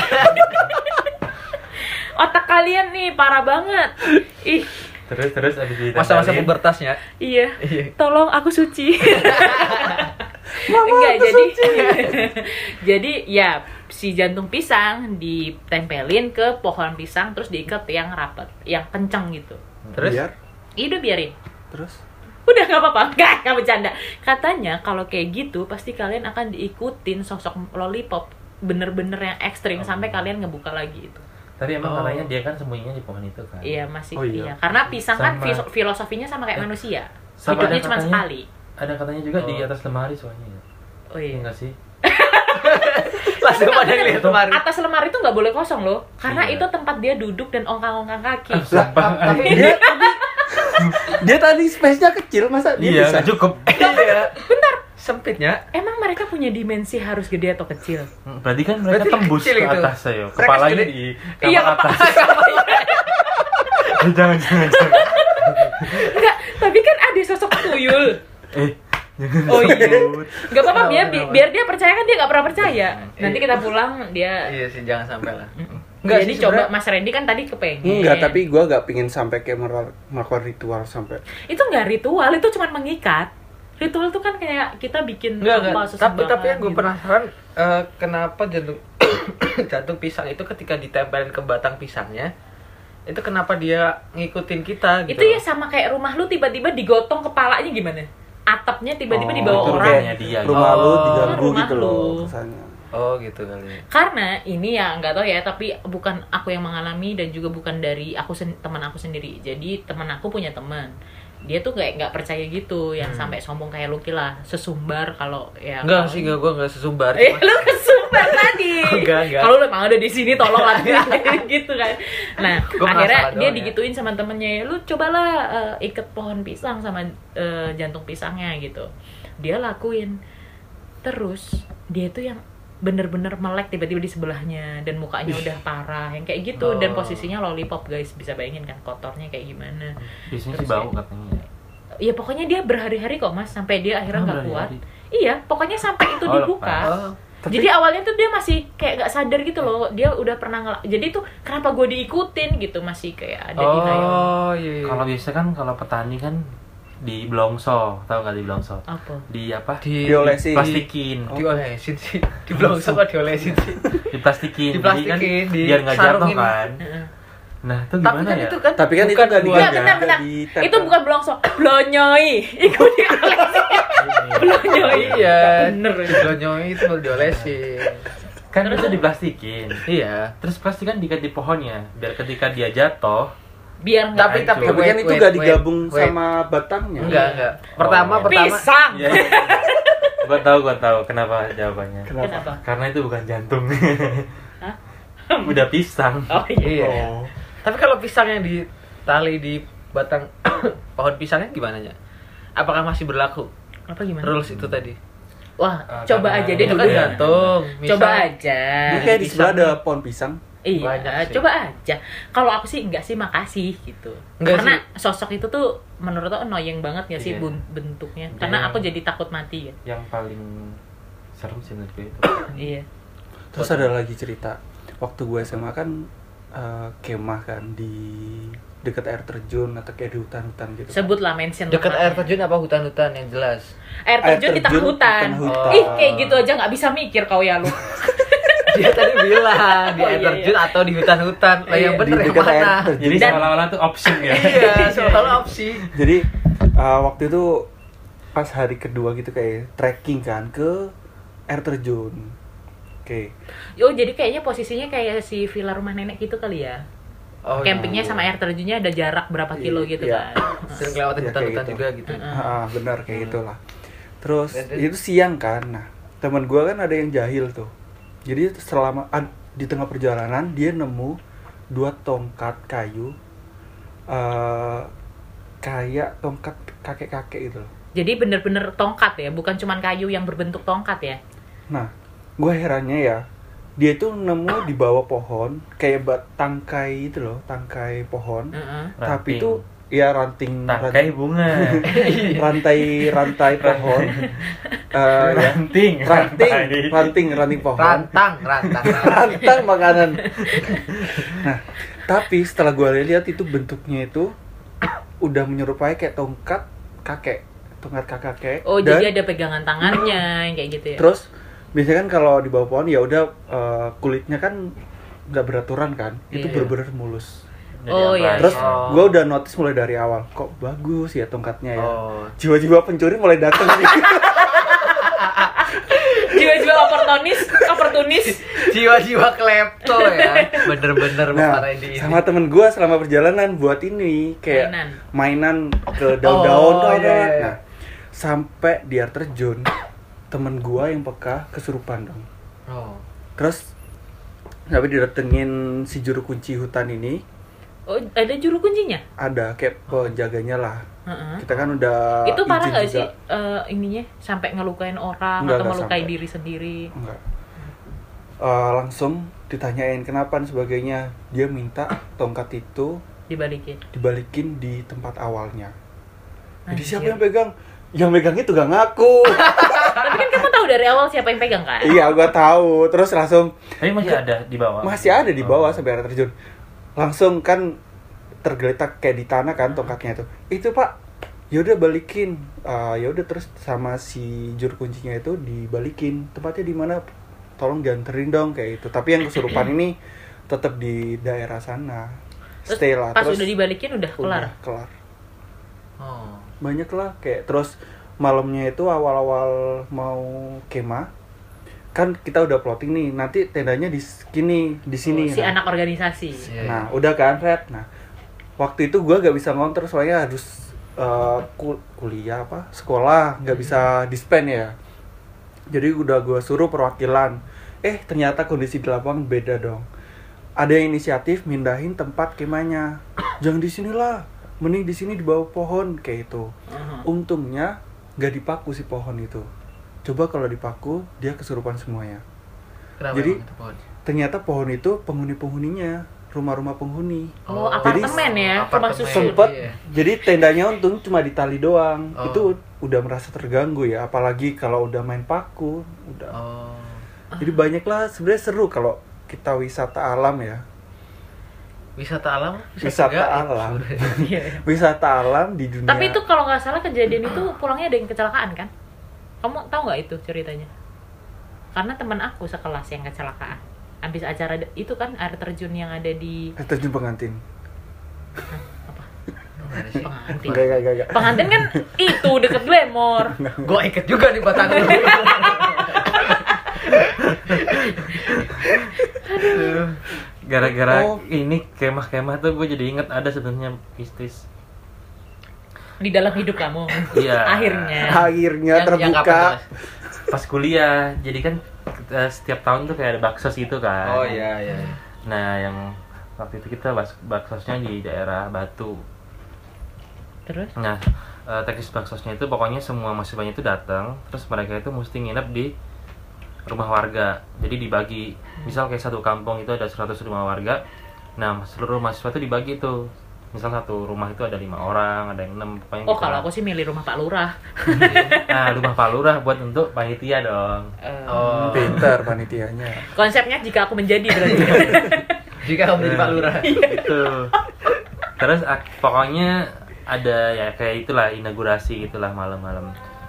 Otak kalian nih parah banget. Ih, Terus abis ditempelin. Masa-masa pubertasnya. iya. Iya. Tolong aku suci. Mama, Enggak, aku jadi suci. jadi ya si jantung pisang ditempelin ke pohon pisang terus diikat yang rapet, yang kencang gitu. Terus? Biar. Ih, udah biarin. Terus? Udah nggak apa-apa, nggak bercanda. Katanya kalau kayak gitu pasti kalian akan diikutin sosok lollipop bener-bener yang ekstrim sampai kalian ngebuka lagi itu. Tapi emang Oh. katanya dia kan sembunyinya di pohon itu kan. Iya masih Oh, iya. iya. Karena pisang kan Sama. filosofinya sama kayak manusia. Sama Hidupnya ada cuma katanya- sekali. Ada katanya juga di Oh. atas lemari soalnya. Oh iya. Enggak sih? Langsung pada Tapi kan ngeliat kemarin. atas lemari itu nggak boleh kosong loh, karena Iya. itu tempat dia duduk dan ongkang-ongkang kaki. Tapi Dia tadi space-nya kecil, masa dia Iya, bisa? nggak cukup. iya. Bentar. Sempitnya. Emang mereka punya dimensi harus gede atau kecil? Berarti kan mereka Berarti tembus kecil ke itu. atas saya. Mereka Kepalanya segede- di Iya, kamar atas. Jangan. Enggak, tapi kan ada sosok tuyul. Jangan Oh iya. sebut. Nggak apa-apa, Kenapa? biar dia percaya kan dia nggak pernah percaya. Nanti kita pulang dia. Iya sih, jangan sampai lah. Jadi sih, coba sebenarnya- Mas Randy kan tadi kepengen. Enggak, tapi gue gak pingin sampai kayak melakukan ritual sampai. Itu nggak ritual, itu cuma mengikat. Ritual itu kan kayak kita bikin Enggak. sesembahan Tapi yang gue gitu. penasaran kenapa jantung jantung pisang itu ketika ditempelin ke batang pisangnya itu kenapa dia ngikutin kita gitu. Itu ya sama kayak rumah lu tiba-tiba digotong kepalanya gimana? Atapnya tiba-tiba Oh, dibawa itu orang. rumahnya dia. Rumah lu Oh. diganggu Rumah gitu loh lu. kesannya. Oh gitu kali. Karena ini ya nggak tahu ya, tapi bukan aku yang mengalami dan juga bukan dari teman aku sendiri. Jadi teman aku punya teman, dia tuh nggak percaya gitu, yang sampai sombong kayak Lucky lah, sesumbar kalau ya. Enggak kalau- sih, gue enggak sesumbar. Eh, cuma- lu kesumbar tadi. Enggak. Kalau lu emang ada di sini tolong lah gitu kan. Nah, Gua akhirnya penasaran dia doang ya. digituin sama temennya, lu cobalah ikat pohon pisang sama jantung pisangnya gitu. Dia lakuin. Terus dia tuh yang bener-bener melek tiba-tiba di sebelahnya dan mukanya udah parah yang kayak gitu dan Oh. posisinya lollipop guys, bisa bayangin kan kotornya kayak gimana. Biasanya Terus sih bau ya. katanya. Iya pokoknya dia berhari-hari kok Mas sampai dia akhirnya Oh, nggak kuat. berhari-hari. Iya pokoknya sampai itu Oh, dibuka. Oh. Jadi awalnya tuh dia masih kayak gak sadar gitu loh, dia udah pernah jadi tuh kenapa gue diikutin gitu, masih kayak ada denial. Oh iya. Kalau biasa kan kalau petani kan di blongso, tahu nggak di blongso? Apa? Di apa? Diolesin. Plastikin. Diolesin sih. Di blong sama diolesin sih. Diplastikin. Jadi kan Diplastikin, biar nggak jatuh disarungin. kan. Heeh. Nah, itu Tapi gimana kan ya? itu kan Tapi kan itu bukan nggak buat- Enggak, digaga. bentar. ditempel. Itu bukan belongso, blonyoi. Itu diolesin. Blonyoi. Iya. Bener. Blonyoi itu baru diolesin. Kan itu diplastikin. Iya. Terus plastik kan diikat di pohonnya, biar ketika dia jatuh, Biar Tapi nggak tapi Tapi kan wait, itu wait, nggak wait, digabung wait. sama batangnya. Enggak. Pertama Oh. pisang. Iya. gua tahu kenapa jawabannya. Kenapa? Karena itu bukan jantung. Hah? Udah pisang. Oh iya. Iya. Tapi kalau pisang yang ditali di batang pohon pisangnya gimana ya? Apakah masih berlaku Apa gimana? rules itu tadi? Wah, Ah, coba karena aja Itu deh kan dulu. Iya. gantung. Coba Misal- aja. Ini kayak di sebelah Pisang. ada pohon pisang. Iya, Banyak sih. coba aja. Kalau aku sih enggak sih, makasih gitu. Enggak Karena sosok itu tuh menurut aku annoying banget ya sih Iya. bentuknya. Iya. Karena aku jadi takut mati ya. Yang paling serem sih menurut gue itu. Iya. Terus ada lagi cerita. Waktu gue SMA kan kemah kan di dekat air terjun atau kayak di hutan-hutan gitu. Sebutlah mention Dekat tempatnya. air terjun apa hutan-hutan yang jelas? Air terjun di tengah hutan. hutan. Ih, kayak gitu aja nggak bisa mikir kau ya lu. Dia tadi bilang di Oh, air iya, terjun atau di hutan-hutan. Lah yang Iya. bener Di yang dekat air mana? terjun. Jadi Dan- seolah-olah tuh option ya. Iya, soal opsi. Jadi waktu itu pas hari kedua gitu kayak trekking kan ke air terjun. Oke. Oh, jadi kayaknya posisinya kayak si villa rumah nenek gitu kali ya. Oh, Campingnya sama air terjunnya ada jarak berapa kilo gitu Iya. kan. sering lewatin Ya, hutan-hutan kayak gitu. juga gitu. Benar kayak gitulah. Terus Dan- itu siang kan. Nah, teman gue kan ada yang jahil tuh. Jadi selama di tengah perjalanan dia nemu 2 tongkat kayu kayak tongkat kakek-kakek gitu loh. Jadi bener-bener tongkat ya, bukan cuman kayu yang berbentuk tongkat ya. Nah, gue herannya ya, dia tuh nemu di bawah pohon kayak tangkai itu loh, tangkai pohon. Heeh. Tapi Ranting. itu ya ranting Tangkai bunga. rantai pohon. Ya, Ranting. ranting pohon. Rantang. Rantang makanan. Nah, tapi setelah gue lihat itu bentuknya itu udah menyerupai kayak tongkat kakek. Oh, Dan jadi ada pegangan tangannya yang kayak gitu ya. terus biasanya kan kalau di bawah pohon ya udah kulitnya kan nggak beraturan kan, itu Iya. bener-bener mulus. Oh, iya. Terus Oh. gue udah notice mulai dari awal, kok bagus ya tongkatnya ya. Oh. Jiwa-jiwa pencuri mulai datang nih. Jiwa-jiwa oportunis. Jiwa-jiwa klepto ya. Bener-bener Nah, memarahin di ini. sama temen gue selama perjalanan buat ini kayak mainan ke daun-daun. Oh, iya, iya. Nah, sampai di air terjun, temen gue yang peka kesurupan dong. Oh. Terus sampai didatengin si juru kunci hutan ini, Oh, ada juru kuncinya? ada kayak penjaganya lah. Heeh. Kita kan udah Itu parah izin nggak juga. sih ininya sampai ngelukain orang Nggak atau melukai sampai. diri sendiri? Enggak. Langsung ditanyain kenapa dan sebagainya. Dia minta tongkat itu Dibalikin. dibalikin di tempat awalnya. Jadi Anjir. siapa yang pegang? Yang megang itu gak ngaku. Tapi kan kamu tahu dari awal siapa yang pegang kan? Iya, gua tahu. Terus langsung Tapi masih ada di bawah. masih ada di bawah Oh. sampai air terjun. Langsung kan tergeletak kayak di tanah kan tongkatnya itu. Itu Pak, yaudah balikin. Yaudah terus sama si juru kuncinya itu dibalikin. Tempatnya di mana? Tolong dianterin dong kayak itu. Tapi yang kesurupan ini tetap di daerah sana. Terus Stay lah. pas Terus udah dibalikin udah kelar. udah kelar. Oh. Banyak lah kayak terus malamnya itu awal-awal mau kemah kan kita udah plotting nih nanti tendanya di sini Si nah. anak organisasi. Iya, Nah, udah kan Red. Nah, waktu itu gua gak bisa ngonter soalnya harus kuliah apa sekolah nggak bisa dispen ya. Jadi udah gua suruh perwakilan. Ternyata kondisi di lapangan beda dong. Ada yang inisiatif mindahin tempat kemahnya. Jangan di sinilah, mending di sini di bawah pohon kayak itu. Untungnya nggak dipaku si pohon itu. Coba kalau dipaku dia kesurupan semuanya. Kenapa Jadi- emang itu pohon? Ternyata pohon itu penghuni-penghuninya, rumah-rumah penghuni. Oh, Jadi apartemen ya, rumah apartemen. susun. Sempet, Iya. jadi tendanya untung cuma ditali doang. Oh. Itu udah merasa terganggu ya, apalagi kalau udah main paku, udah. Oh. Jadi banyak lah, sebenarnya seru kalau kita wisata alam ya. Wisata alam, Wisata gaib alam. sebenarnya. Iya. Wisata alam di dunia. Tapi itu kalau nggak salah kejadian itu pulangnya ada yang kecelakaan kan? Kamu tahu nggak itu ceritanya? Karena teman aku sekelas yang kecelakaan. Habis acara itu kan air terjun yang ada di Terjun pengantin. apa? Gimana sih? Pengantin. Enggak. Pengantin kan itu deket Glamor. Gue iket juga nih batang lu. Gara-gara Oh. ini kemah-kemah tuh gue jadi inget ada sebenarnya mistis. Di dalam hidup kamu. Iya. Akhirnya. Akhirnya Yang terbuka. kapan tuh, Mas? Pas kuliah, jadi kan setiap tahun tuh kayak ada baksos gitu kan. Oh iya. Nah, yang waktu itu kita baksosnya di daerah Batu. Terus? Nah, teknis baksosnya itu pokoknya semua mahasiswanya itu datang, terus mereka itu mesti nginep di rumah warga. Jadi dibagi, misal kayak satu kampung itu ada 100 rumah warga. Nah, seluruh mahasiswa itu dibagi tuh. Misal satu rumah itu ada 5 orang, ada yang 6, pokoknya Oh, gitu kalau lah. aku sih milih rumah Pak Lurah. Nah, rumah Pak Lurah buat untuk panitia dong. Oh. Pintar panitianya. Konsepnya jika aku menjadi berarti. Jika kamu jadi Pak Lurah. Gitu. Terus pokoknya ada ya kayak itulah inaugurasi gitulah malam-malam.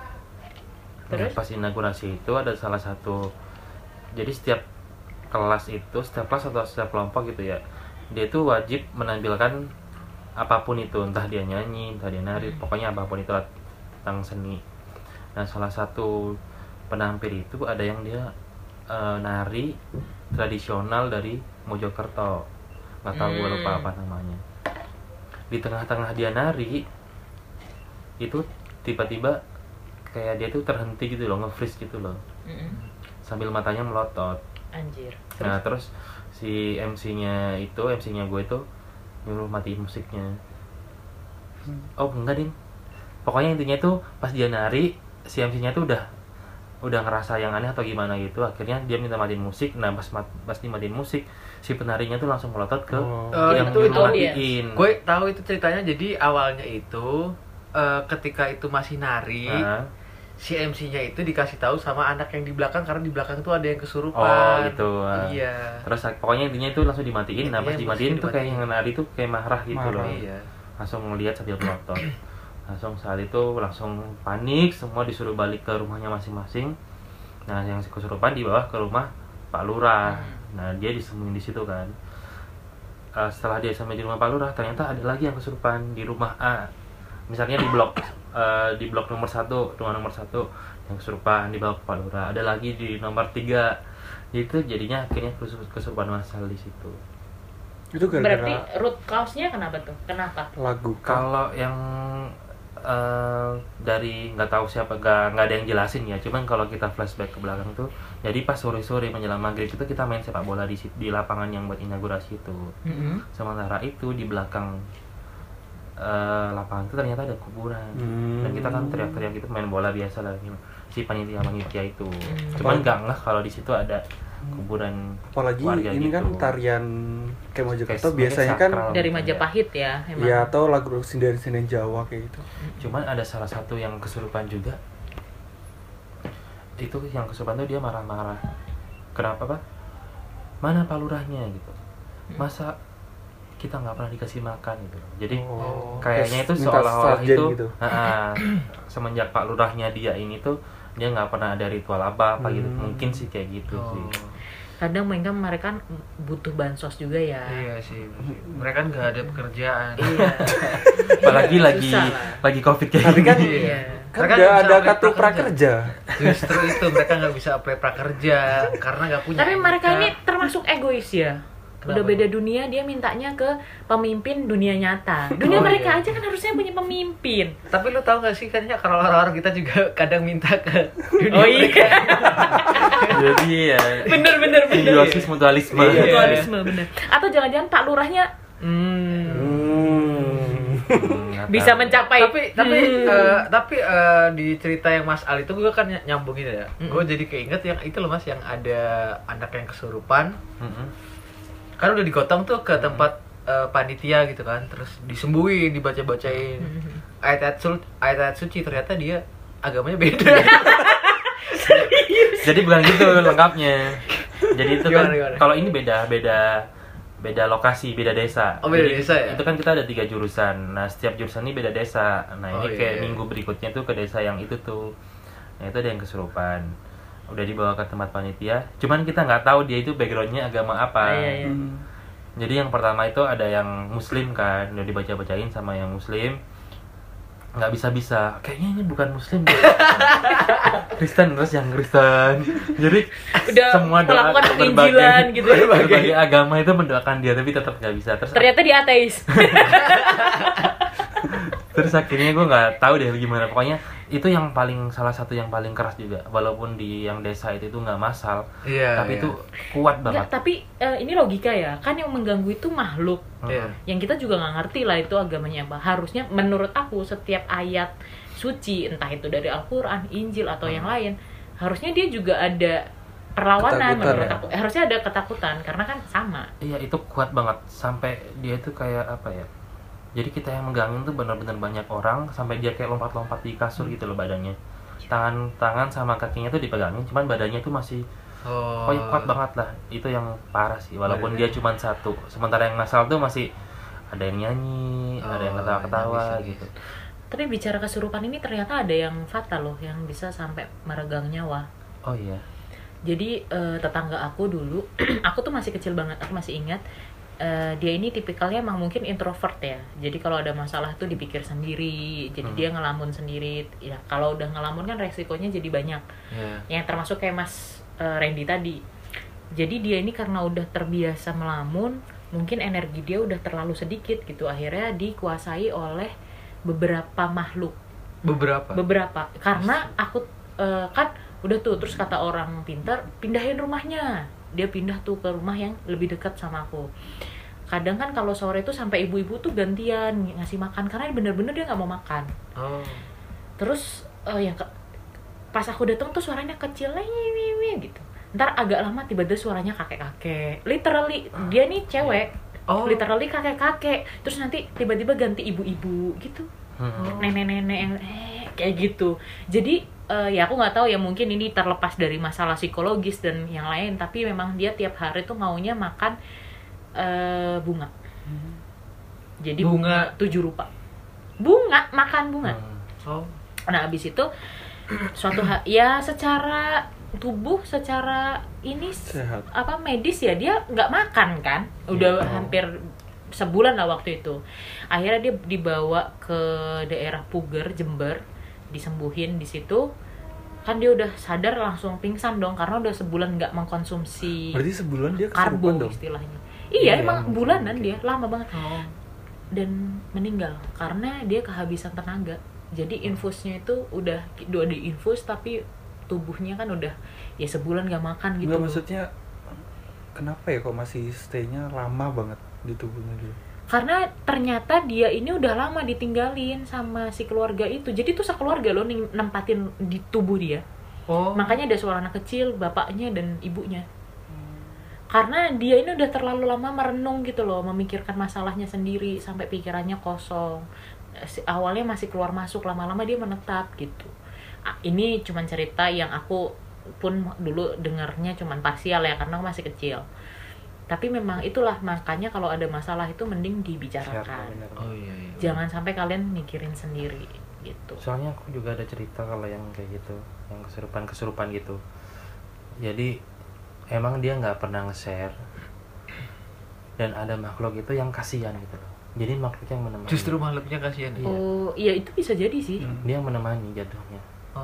Terus? Pas inaugurasi itu ada salah satu, jadi setiap kelas itu, setiap kelas atau setiap kelompok gitu ya, dia itu wajib menampilkan apapun itu, entah dia nyanyi, entah dia nari, pokoknya apapun itu lah tentang seni. Nah, salah satu penampil itu ada yang dia nari tradisional dari Mojokerto, nggak tahu gue lupa apa namanya. Di tengah-tengah dia nari itu tiba-tiba kayak dia tuh terhenti gitu loh, nge-freeze gitu loh, sambil matanya melotot. Anjir. Nah, terus si MC-nya gue itu nyuruh matiin musiknya. Oh enggak ding, pokoknya intinya tuh pas dia nari si MC-nya tuh udah ngerasa yang aneh atau gimana gitu, akhirnya dia minta matiin musik. Nah, pas dimatiin musik, si penarinya tuh langsung melotot ke yang itu nyuruh dia. matiin. Gue tahu itu ceritanya. Jadi awalnya itu ketika itu masih nari, Nah. si MC-nya itu dikasih tahu sama anak yang di belakang karena di belakang tuh ada yang kesurupan. Oh gitu. Iya. Terus pokoknya intinya itu langsung dimatiin. Nah, pas Iya, dimatiin tuh kayak dimatiin. yang nari tuh kayak marah gitu Marah. loh. Iya. Langsung ngeliat sambil melotot. Langsung saat itu langsung panik, semua disuruh balik ke rumahnya masing-masing. Nah, yang kesurupan dibawa ke rumah Pak Lurah. Nah, dia disembunyiin di situ kan. Setelah dia sampai di rumah Pak Lurah, ternyata ada lagi yang kesurupan di rumah A. Misalnya di blok nomor 1, rumah nomor 1 yang kesurupan dibawa ke Pak Lurah. Ada lagi di nomor 3. Itu jadinya akhirnya kesurupan massal di situ. Itu Berarti gara-gara root cause-nya kenapa tuh? Kenapa? lagu kan. Kalau yang dari nggak tahu siapa, nggak ada yang jelasin ya. Cuman kalau kita flashback ke belakang tuh, jadi pas sore-sore menjelang maghrib itu kita main sepak bola di lapangan yang buat inaugurasi itu. Sementara itu di belakang lapangan itu ternyata ada kuburan. Dan kita kan teriak-teriak gitu, main bola biasa lah si panitia itu. Cuman nggak ngeh kalau di situ ada kuburan Apalagi warga ini gitu. kan tarian kayak Mojokerto Kayak biasanya kan sakral. Dari gitu Majapahit ya, emang. ya atau lagu sinden-sinden Jawa kayak gitu. Cuman ada salah satu yang kesurupan juga. Itu yang kesurupan tuh dia marah-marah. Kenapa, Pak? Mana Pak Lurahnya gitu. Masa kita nggak pernah dikasih makan gitu. Jadi kayaknya itu Minta seolah-olah sarjen itu gitu. semenjak Pak Lurahnya dia ini tuh dia nggak pernah ada ritual apa gitu. Mungkin sih kayak gitu sih. Kadang mereka butuh bansos juga ya. Iya sih. Mereka nggak ada pekerjaan. Iya. Apalagi lagi Susah lah. lagi Covid kayak Tapi kan gini. Iya. kan Mereka nggak nggak ada bisa kartu apply prakerja. Justru itu mereka nggak bisa apply prakerja karena nggak punya. Tapi mereka NK. ini termasuk egois ya. Udah Kenapa? beda dunia, dia mintanya ke pemimpin dunia nyata. Dunia Oh, mereka iya. aja kan harusnya punya pemimpin. Tapi lu tahu nggak sih kayaknya kalau orang-orang kita juga kadang minta ke dunia Oh mereka. iya. Jadi ya Bener. simbiosis mutualisme. Iya. Mutualisme bener. Atau jangan-jangan Pak Lurahnya Nggak bisa tahu. mencapai. Tapi di cerita yang Mas Ali itu gue kan nyambungin ya. Gue jadi keinget yang itu loh Mas, yang ada anak yang kesurupan. Mm-mm. Kan udah digotong tuh ke tempat panitia gitu kan, terus disembuhin, dibaca-bacain ayat-ayat suci, ternyata dia agamanya beda. Jadi bukan gitu lengkapnya. Jadi itu kan Gimana? kalau ini beda lokasi, beda desa. Oh, beda Jadi, desa ya? Itu kan kita ada 3 jurusan. Nah, setiap jurusan ini beda desa. Nah, Oh, ini iya, kayak iya. minggu berikutnya tuh ke desa yang itu tuh. Nah, itu ada yang kesurupan. udah dibawa ke tempat panitia, cuman kita nggak tahu dia itu backgroundnya agama apa. Iya. Jadi yang pertama itu ada yang muslim kan, udah dibaca-bacain sama yang muslim, nggak bisa kayaknya ini bukan muslim deh. Kristen, terus yang Kristen, jadi Udah semua doa melakukan penginjilan gitu ya. berbagai agama itu mendoakan dia, tapi tetap nggak bisa. Ternyata dia ateis. Terus akhirnya gue nggak tahu deh gimana, pokoknya itu yang salah satu yang paling keras juga, walaupun di yang desa itu nggak masal, Iya. tapi itu kuat banget. Enggak, tapi ini logika ya, kan yang mengganggu itu makhluk. Iya. Yang kita juga nggak ngerti lah itu agamanya apa. Harusnya menurut aku setiap ayat suci, entah itu dari Al-Quran, Injil atau yang lain, harusnya dia juga ada perlawanan. Ketakutan, Menurut ya? aku harusnya ada ketakutan karena kan sama. Iya, itu kuat banget, sampai dia itu kayak apa ya, jadi kita yang megangin tuh benar-benar banyak orang, sampai dia kayak lompat-lompat di kasur gitu loh badannya, tangan sama kakinya tuh dipegangin, cuman badannya tuh masih pokoknya kuat banget lah. Itu yang parah sih, walaupun dia cuma satu, sementara yang ngasal tuh masih ada yang nyanyi, ada yang ketawa-ketawa nyanyi. gitu. Tapi bicara kesurupan ini ternyata ada yang fatal loh, yang bisa sampai meregang nyawa. Oh iya. Jadi tetangga aku dulu, aku tuh masih kecil banget, aku masih ingat. Dia ini tipikalnya emang mungkin introvert ya. Jadi kalau ada masalah tuh dipikir sendiri. Jadi dia ngelamun sendiri. Ya kalau udah ngelamun kan resikonya jadi banyak. Iya. Yang termasuk kayak Mas Randy tadi. Jadi dia ini karena udah terbiasa melamun, mungkin energi dia udah terlalu sedikit gitu. Akhirnya dikuasai oleh beberapa makhluk. Beberapa. Karena aku kan udah tuh, terus kata orang pintar, pindahin rumahnya. Dia pindah tuh ke rumah yang lebih dekat sama aku. Kadang kan kalau sore itu sampai ibu-ibu tuh gantian ngasih makan, karena bener-bener dia nggak mau makan. Terus pas aku datang tuh suaranya kecil, gitu. Ntar agak lama tiba-tiba suaranya kakek-kakek. Literally dia nih cewek. Literally kakek-kakek. Terus nanti tiba-tiba ganti ibu-ibu gitu. Nenek-nenek yang kayak gitu. Jadi ya aku nggak tahu ya, mungkin ini terlepas dari masalah psikologis dan yang lain, tapi memang dia tiap hari tuh maunya makan bunga. Jadi bunga 7 rupa. Makan bunga. Nah abis itu suatu ya secara tubuh, secara ini Sehat. apa medis ya dia nggak makan kan, udah hampir sebulan lah waktu itu. Akhirnya dia dibawa ke daerah Puger, Jember, disembuhin di situ. Kan dia udah sadar langsung pingsan dong, karena udah sebulan nggak mengkonsumsi Berarti sebulan dia karbo kesurupan dong. istilahnya. Iya, Iya, emang mungkin. bulanan dia, lama banget. Dan meninggal karena dia kehabisan tenaga. Jadi infusnya itu udah diinfus, tapi tubuhnya kan udah ya sebulan gak makan gitu. Enggak, maksudnya kenapa ya kok masih stay-nya lama banget di tubuhnya dia? Karena ternyata dia ini udah lama ditinggalin sama si keluarga itu. Jadi tuh sekeluarga loh nempatin di tubuh dia. Makanya ada suara anak kecil, bapaknya dan ibunya. Karena dia ini udah terlalu lama merenung gitu loh, memikirkan masalahnya sendiri sampai pikirannya kosong. Awalnya masih keluar masuk, lama-lama dia menetap gitu. Ini cuman cerita yang aku pun dulu dengarnya cuman parsial ya, karena aku masih kecil. Tapi memang itulah, makanya kalau ada masalah itu mending dibicarakan. Iya. Jangan sampai kalian mikirin sendiri gitu. Soalnya aku juga ada cerita kalau yang kayak gitu, yang kesurupan gitu. Jadi emang dia nggak pernah nge-share, dan ada makhluk itu yang kasihan gitu loh. Jadi makhluk yang menemani. Justru makhluknya kasihan. Iya. Oh iya, itu bisa jadi sih. Dia yang menemani jatuhnya.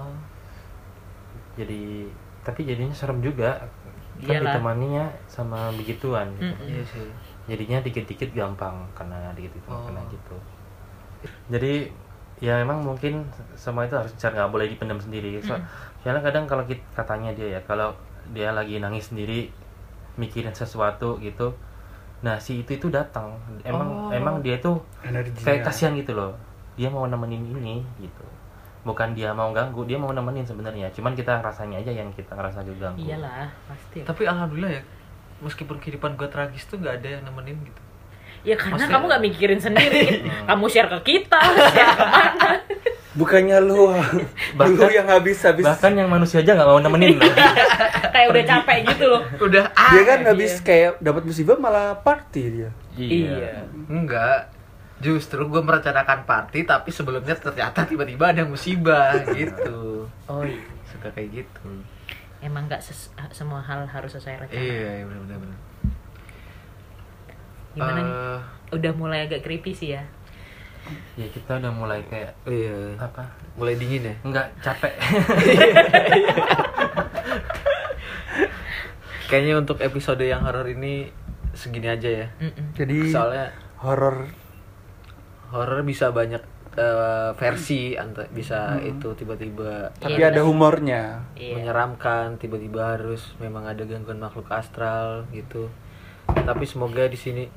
Jadi tapi jadinya serem juga. Kan Iyalah. ditemaninya sama begituan gitu. Iya sih. Jadinya dikit-dikit gampang kena, dikit-dikit kena gitu. Jadi ya memang mungkin semua itu harus dicari, nggak boleh dipendam sendiri. Soalnya kadang kalau katanya dia ya, kalau dia lagi nangis sendiri mikirin sesuatu gitu, nah si itu datang, emang dia tuh Energinya. kayak kasihan gitu loh, dia mau nemenin ini gitu, bukan dia mau ganggu, dia mau nemenin sebenarnya, cuman kita rasanya aja yang kita ngerasa keganggu. Iyalah, pasti. Tapi alhamdulillah ya, meskipun kehidupan gue tragis tuh nggak ada yang nemenin gitu. Ya karena Maksudnya- kamu nggak mikirin sendiri. Kamu share ke kita, share kemana. Bukannya lu yang habis Bahkan yang manusia aja nggak mau nemenin loh. Kayak udah capek gitu loh. Udah dia kan habis kayak dapat musibah malah party dia. Iya. Enggak. Justru gue merencanakan party, tapi sebelumnya ternyata tiba-tiba ada musibah gitu. Oh iya. Suka kayak gitu. emang nggak semua hal harus sesuai rencana. Iya, benar. Gimana nih? Udah mulai agak creepy sih ya. Ya kita udah mulai kayak Iya. apa? Mulai dingin ya. Enggak capek. Kayaknya untuk episode yang horor ini segini aja ya. Jadi Soalnya horor horor bisa banyak versi, bisa itu tiba-tiba tapi Iya, ada benar. humornya. Iya. menyeramkan, tiba-tiba harus memang ada gangguan makhluk astral gitu. Tapi semoga di sini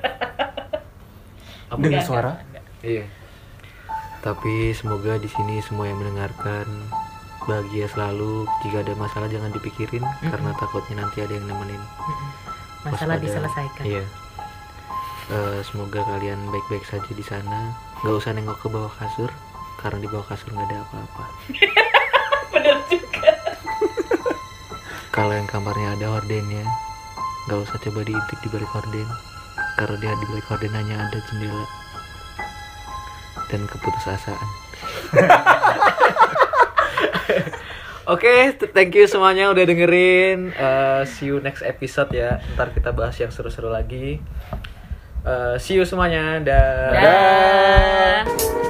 Dengar suara? Iya. Tapi semoga di sini semua yang mendengarkan bahagia selalu. Jika ada masalah jangan dipikirin karena takutnya nanti ada yang nemenin. Masalah Waspada. diselesaikan. Iya. Semoga kalian baik-baik saja di sana. Gak usah nengok ke bawah kasur karena di bawah kasur nggak ada apa-apa. Bener juga. Kalau yang kamarnya ada hordennya, gak usah coba diintip di balik horden karena dia di balik horden hanya ada jendela dan keputusasaan. Oke, thank you semuanya udah dengerin. See you next episode ya. Ntar kita bahas yang seru-seru lagi. See you semuanya. Dah. Dah.